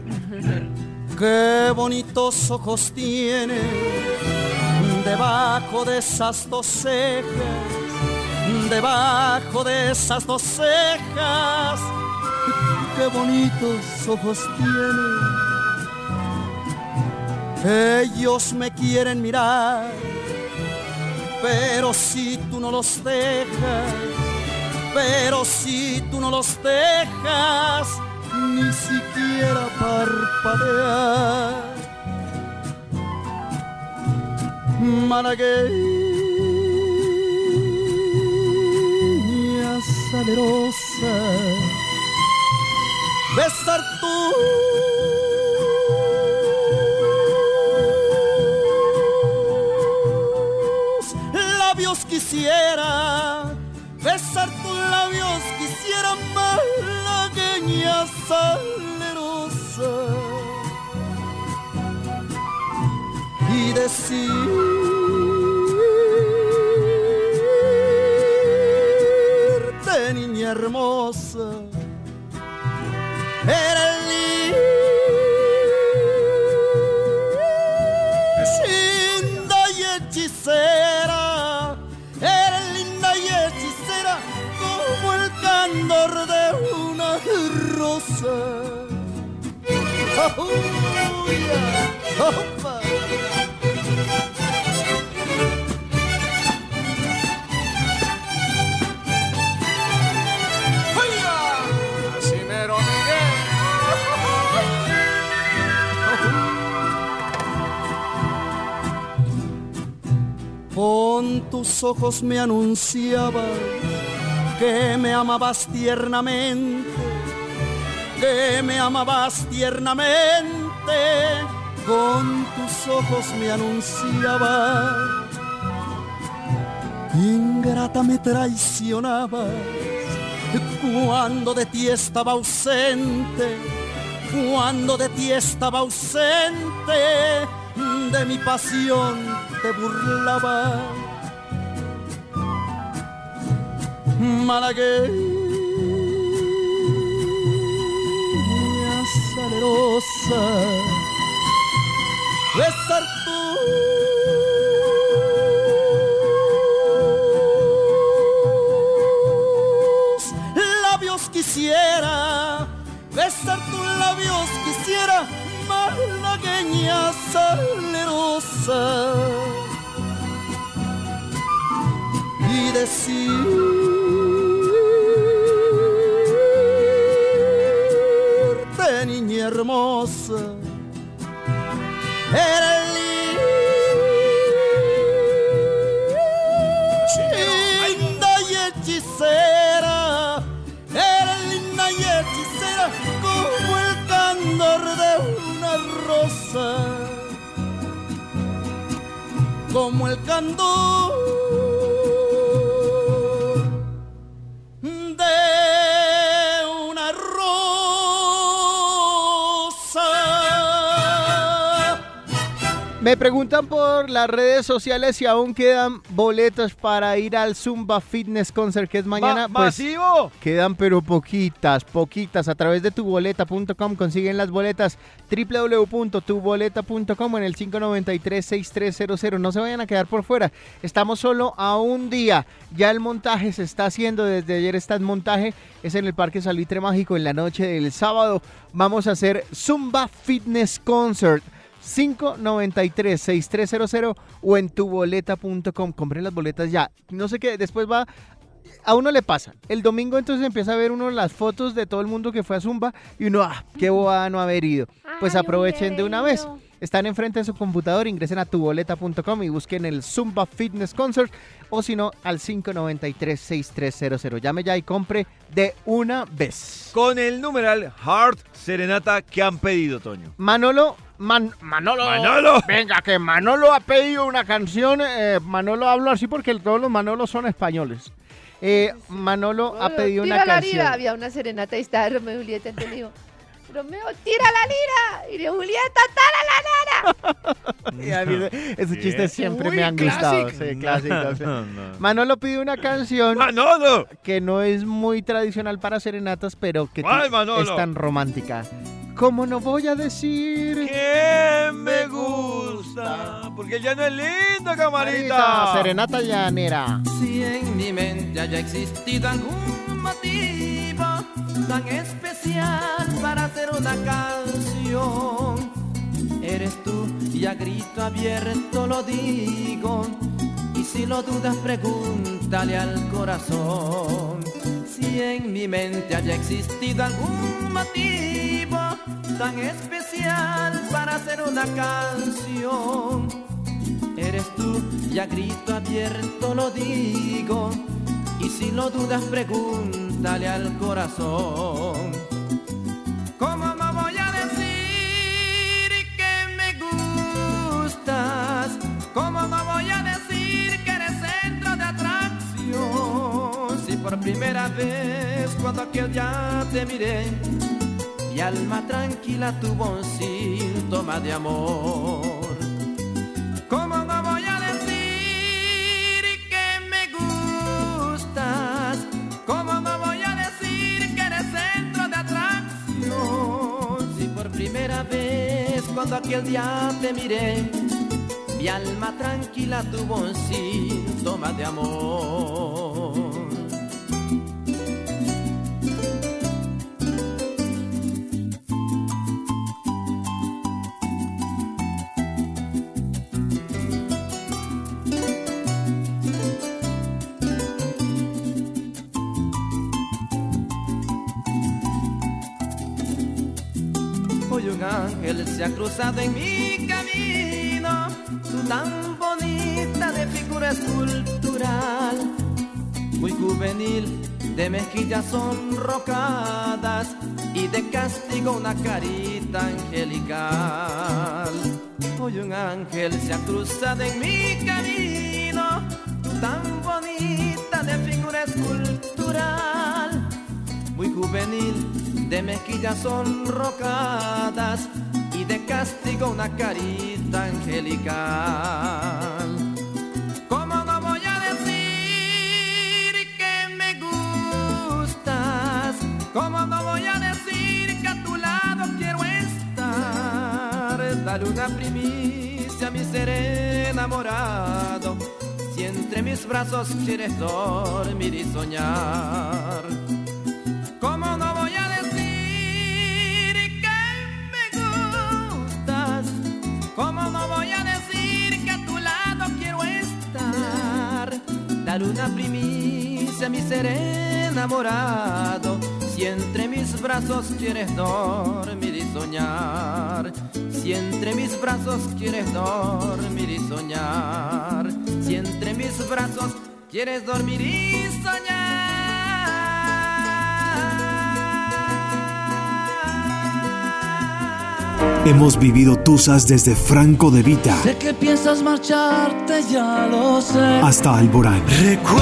[SPEAKER 6] Qué bonitos ojos tiene debajo de esas dos cejas, debajo de esas dos cejas. Qué bonitos ojos tiene. Ellos me quieren mirar, pero si tú no los dejas, pero si tú no los dejas, ni siquiera parpadear. Malagueña salerosa, besar tus labios quisiera, besar tus labios quisiera, malagueña salerosa, y decirte, niña hermosa, eres linda y hechicera, eres linda y hechicera como el candor de una rosa. Oh, yeah. Opa.
[SPEAKER 5] Así mero, Miguel.
[SPEAKER 6] Con tus ojos me anunciabas que me amabas tiernamente, que me amabas tiernamente. Con tus ojos me anunciabas, ingrata me traicionabas cuando de ti estaba ausente, cuando de ti estaba ausente, de mi pasión te burlaba. Malagueña salerosa, besar tus labios quisiera, besar tus labios quisiera, malagueña salerosa,
[SPEAKER 10] y decirte, niña hermosa, eres linda y hechicera, eres linda y hechicera como el candor de una rosa, como el candor de una rosa.
[SPEAKER 3] Me preguntan por las redes sociales si aún quedan boletas para ir al Zumba Fitness Concert que es mañana. Pues
[SPEAKER 2] ¡Masivo!
[SPEAKER 3] quedan pero poquitas. A través de tuboleta.com consiguen las boletas. www.tuboleta.com en el 593-6300. No se vayan a quedar por fuera. Estamos solo a un día. Ya el montaje se está haciendo. Desde ayer está en montaje. Es en el Parque Salitre Mágico en la noche del sábado. Vamos a hacer Zumba Fitness Concert. 593-6300 o en tuboleta.com. Compren las boletas ya. No sé qué, después va... A uno le pasa. El domingo entonces empieza a ver uno las fotos de todo el mundo que fue a Zumba y uno, qué bobada no haber ido. Pues aprovechen de una vez. Están enfrente de su computador, ingresen a tuboleta.com y busquen el Zumba Fitness Concert o si no al 593-6300. Llame ya y compre de una vez.
[SPEAKER 2] Con el numeral Heart Serenata que han pedido, Toño.
[SPEAKER 3] Manolo. Venga, que Manolo ha pedido una canción. Manolo hablo así porque todos los Manolos son españoles. Manolo ha pedido una
[SPEAKER 4] Tira la
[SPEAKER 3] canción.
[SPEAKER 4] lira. Había una serenata y estaba Romeo y Julieta entendido. Romeo, tira la lira. Y de Julieta, tala la nana.
[SPEAKER 3] Y a mí esos chistes siempre
[SPEAKER 5] Uy,
[SPEAKER 3] me han gustado.
[SPEAKER 5] clásico.
[SPEAKER 3] Sí, clásico.
[SPEAKER 2] No.
[SPEAKER 3] Manolo pide una canción
[SPEAKER 2] ¡Manolo!
[SPEAKER 3] que no es muy tradicional para serenatas, pero que
[SPEAKER 2] ¿Cuál, Manolo?
[SPEAKER 3] es tan romántica. ¿Cómo no voy a decir
[SPEAKER 2] Que me gusta, porque él ya no es lindo, camarita.
[SPEAKER 3] Serenata llanera?
[SPEAKER 10] Si en mi mente haya existido algún motivo tan especial para hacer una canción, eres tú y a grito abierto lo digo, y si lo dudas pregúntale al corazón. Si en mi mente haya existido algún motivo tan especial para hacer una canción, eres tú y a grito abierto lo digo, y si lo dudas pregúntale al corazón. ¿Cómo no voy a decir que me gustas? ¿Cómo no voy a decir que eres centro de atracción? Si por primera vez cuando aquel día te miré, mi alma tranquila tuvo un síntoma de amor. ¿Cómo no voy a decir que me gustas? ¿Cómo no voy a decir que eres centro de atracción? Si por primera vez cuando aquel día te miré, mi alma tranquila tuvo un síntoma de amor. Hoy un ángel se ha cruzado en mi camino, tú tan bonita de figura escultural, muy juvenil, de mejillas sonrocadas y de castigo una carita angelical. Hoy un ángel se ha cruzado en mi camino, tú tan bonita de figura escultural, muy juvenil, de mejillas sonrocadas y de castigo una carita angelical. ¿Cómo no voy a decir que me gustas? ¿Cómo no voy a decir que a tu lado quiero estar? Dale una primicia a mi ser enamorado, si entre mis brazos quieres dormir y soñar. ¿Cómo no voy a decir que me gustas? ¿Cómo no voy a decir que a tu lado quiero estar? Dale una primicia a mi ser enamorado. Si entre mis brazos quieres dormir y soñar, si entre mis brazos quieres dormir y soñar, si entre mis brazos quieres dormir y soñar.
[SPEAKER 1] Hemos vivido tusas desde Franco de Vita.
[SPEAKER 8] Sé que piensas marcharte, ya lo sé.
[SPEAKER 1] Hasta Alborán.
[SPEAKER 9] Recuérdame.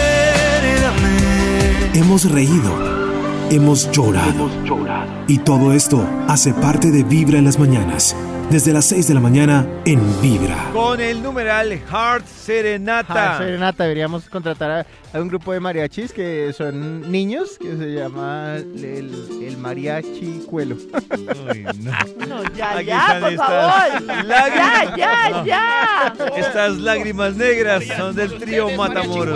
[SPEAKER 1] Hemos reído. Hemos llorado. Y todo esto hace parte de Vibra en las mañanas. Desde las 6 de la mañana en Vibra.
[SPEAKER 2] Con el numeral Heart Serenata.
[SPEAKER 3] Heart Serenata, deberíamos contratar a un grupo de mariachis que son niños, que se llama el Mariachi Cuelo.
[SPEAKER 2] Uy, no.
[SPEAKER 4] No, ya,
[SPEAKER 2] Aquí
[SPEAKER 4] ya,
[SPEAKER 2] están
[SPEAKER 4] por
[SPEAKER 2] estas
[SPEAKER 4] favor.
[SPEAKER 2] lágrimas.
[SPEAKER 4] Ya.
[SPEAKER 2] Estas lágrimas negras son del trío Matamoros.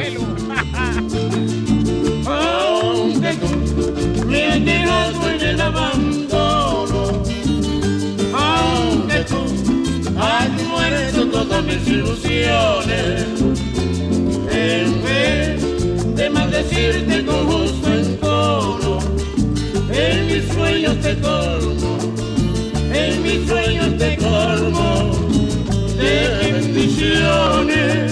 [SPEAKER 6] Aunque tú me has dejado en el abandono, aunque tú has muerto todas mis ilusiones, en vez de maldecirte con justo encono, en mis sueños te colmo, en mis sueños te colmo de bendiciones.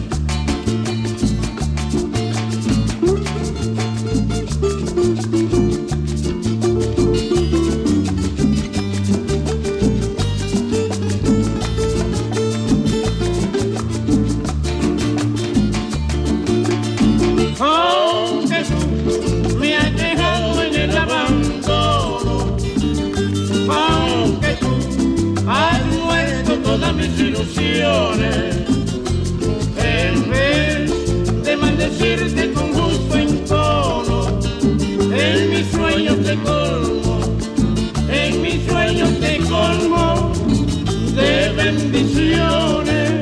[SPEAKER 6] Aunque tú me has dejado en el abandono, aunque tú has muerto todas mis ilusiones, en vez de maldecirte con justo entono, en mis sueños te colmo, en mis sueños te colmo de bendiciones.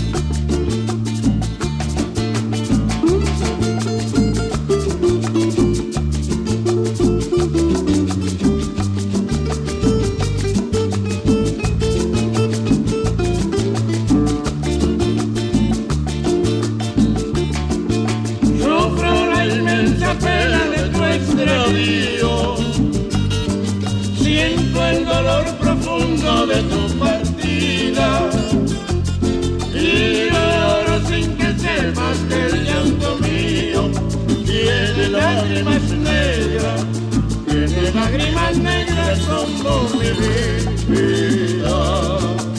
[SPEAKER 6] Siento el dolor profundo de tu partida y lloro sin que sepas que el llanto mío tiene lágrimas negras como mi vida.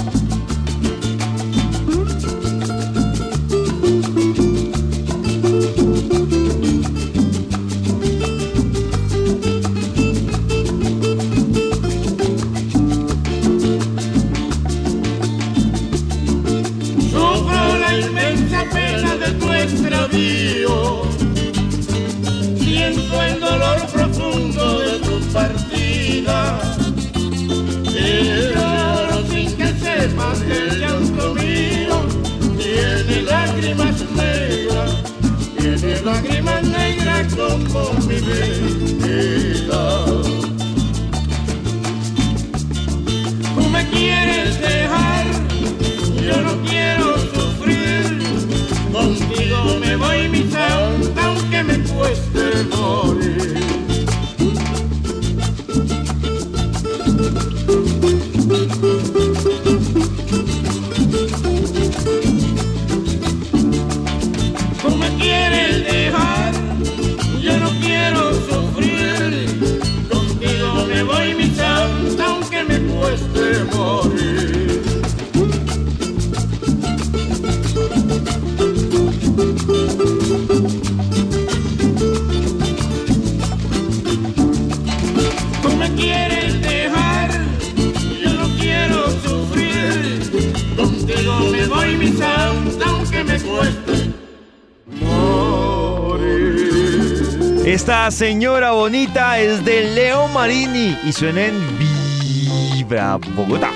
[SPEAKER 6] Extravío. Siento el dolor profundo de tu partida y lloro sin que sepas que el llanto mío tiene lágrimas negras como mi vida. Tú me quieres dejar, yo no quiero sufrir. Contigo me voy, mi santa, aunque me cueste morir. Tú me quieres dejar, yo no quiero sufrir. Contigo me voy, mi santa, aunque me cueste morir. Tú me quieres dejar, yo no quiero sufrir. Contigo me voy, mi santa, aunque me cueste morir.
[SPEAKER 2] Esta señora bonita es de Leo Marini y suena en Vibra Bogotá.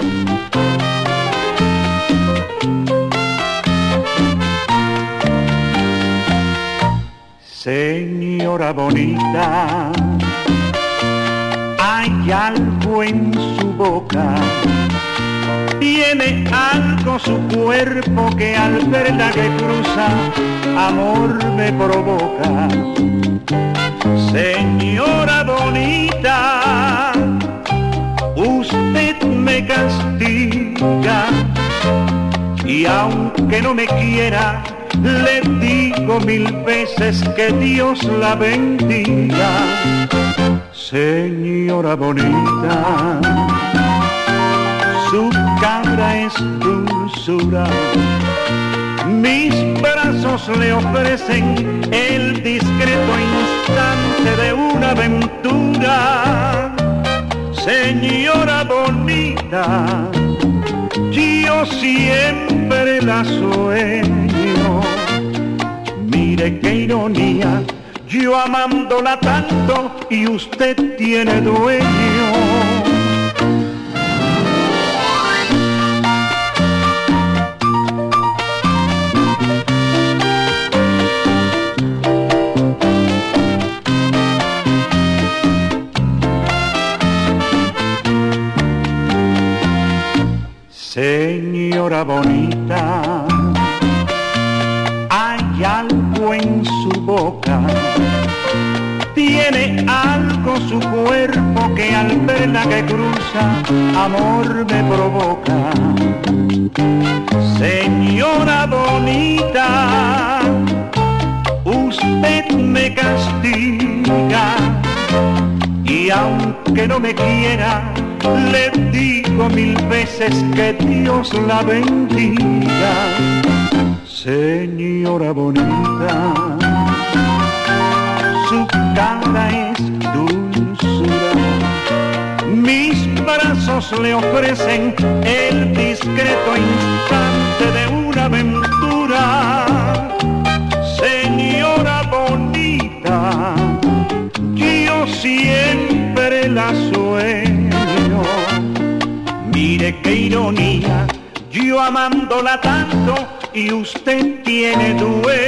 [SPEAKER 11] Señora bonita, hay algo en su boca y Tiene algo su cuerpo que al verla que cruza, amor me provoca. Señora bonita, usted me castiga, y aunque no me quiera, le digo 1000 veces que Dios la bendiga. Señora bonita, su cara es dulzura, mis brazos le ofrecen el discreto instante de una aventura. Señora bonita, yo siempre la sueño. Mire qué ironía, yo amándola tanto y usted tiene dueño. Señora bonita, hay algo en su boca, tiene algo su cuerpo que al verla que cruza, amor me provoca. Señora bonita, usted me castiga, y aunque no me quiera, le digo 1000 veces que Dios la bendiga. Señora bonita, su cara es dulzura, mis brazos le ofrecen el discreto instante de una aventura. Señora bonita, yo siempre la sueño. Mire qué ironía, yo amándola tanto y usted tiene dueño.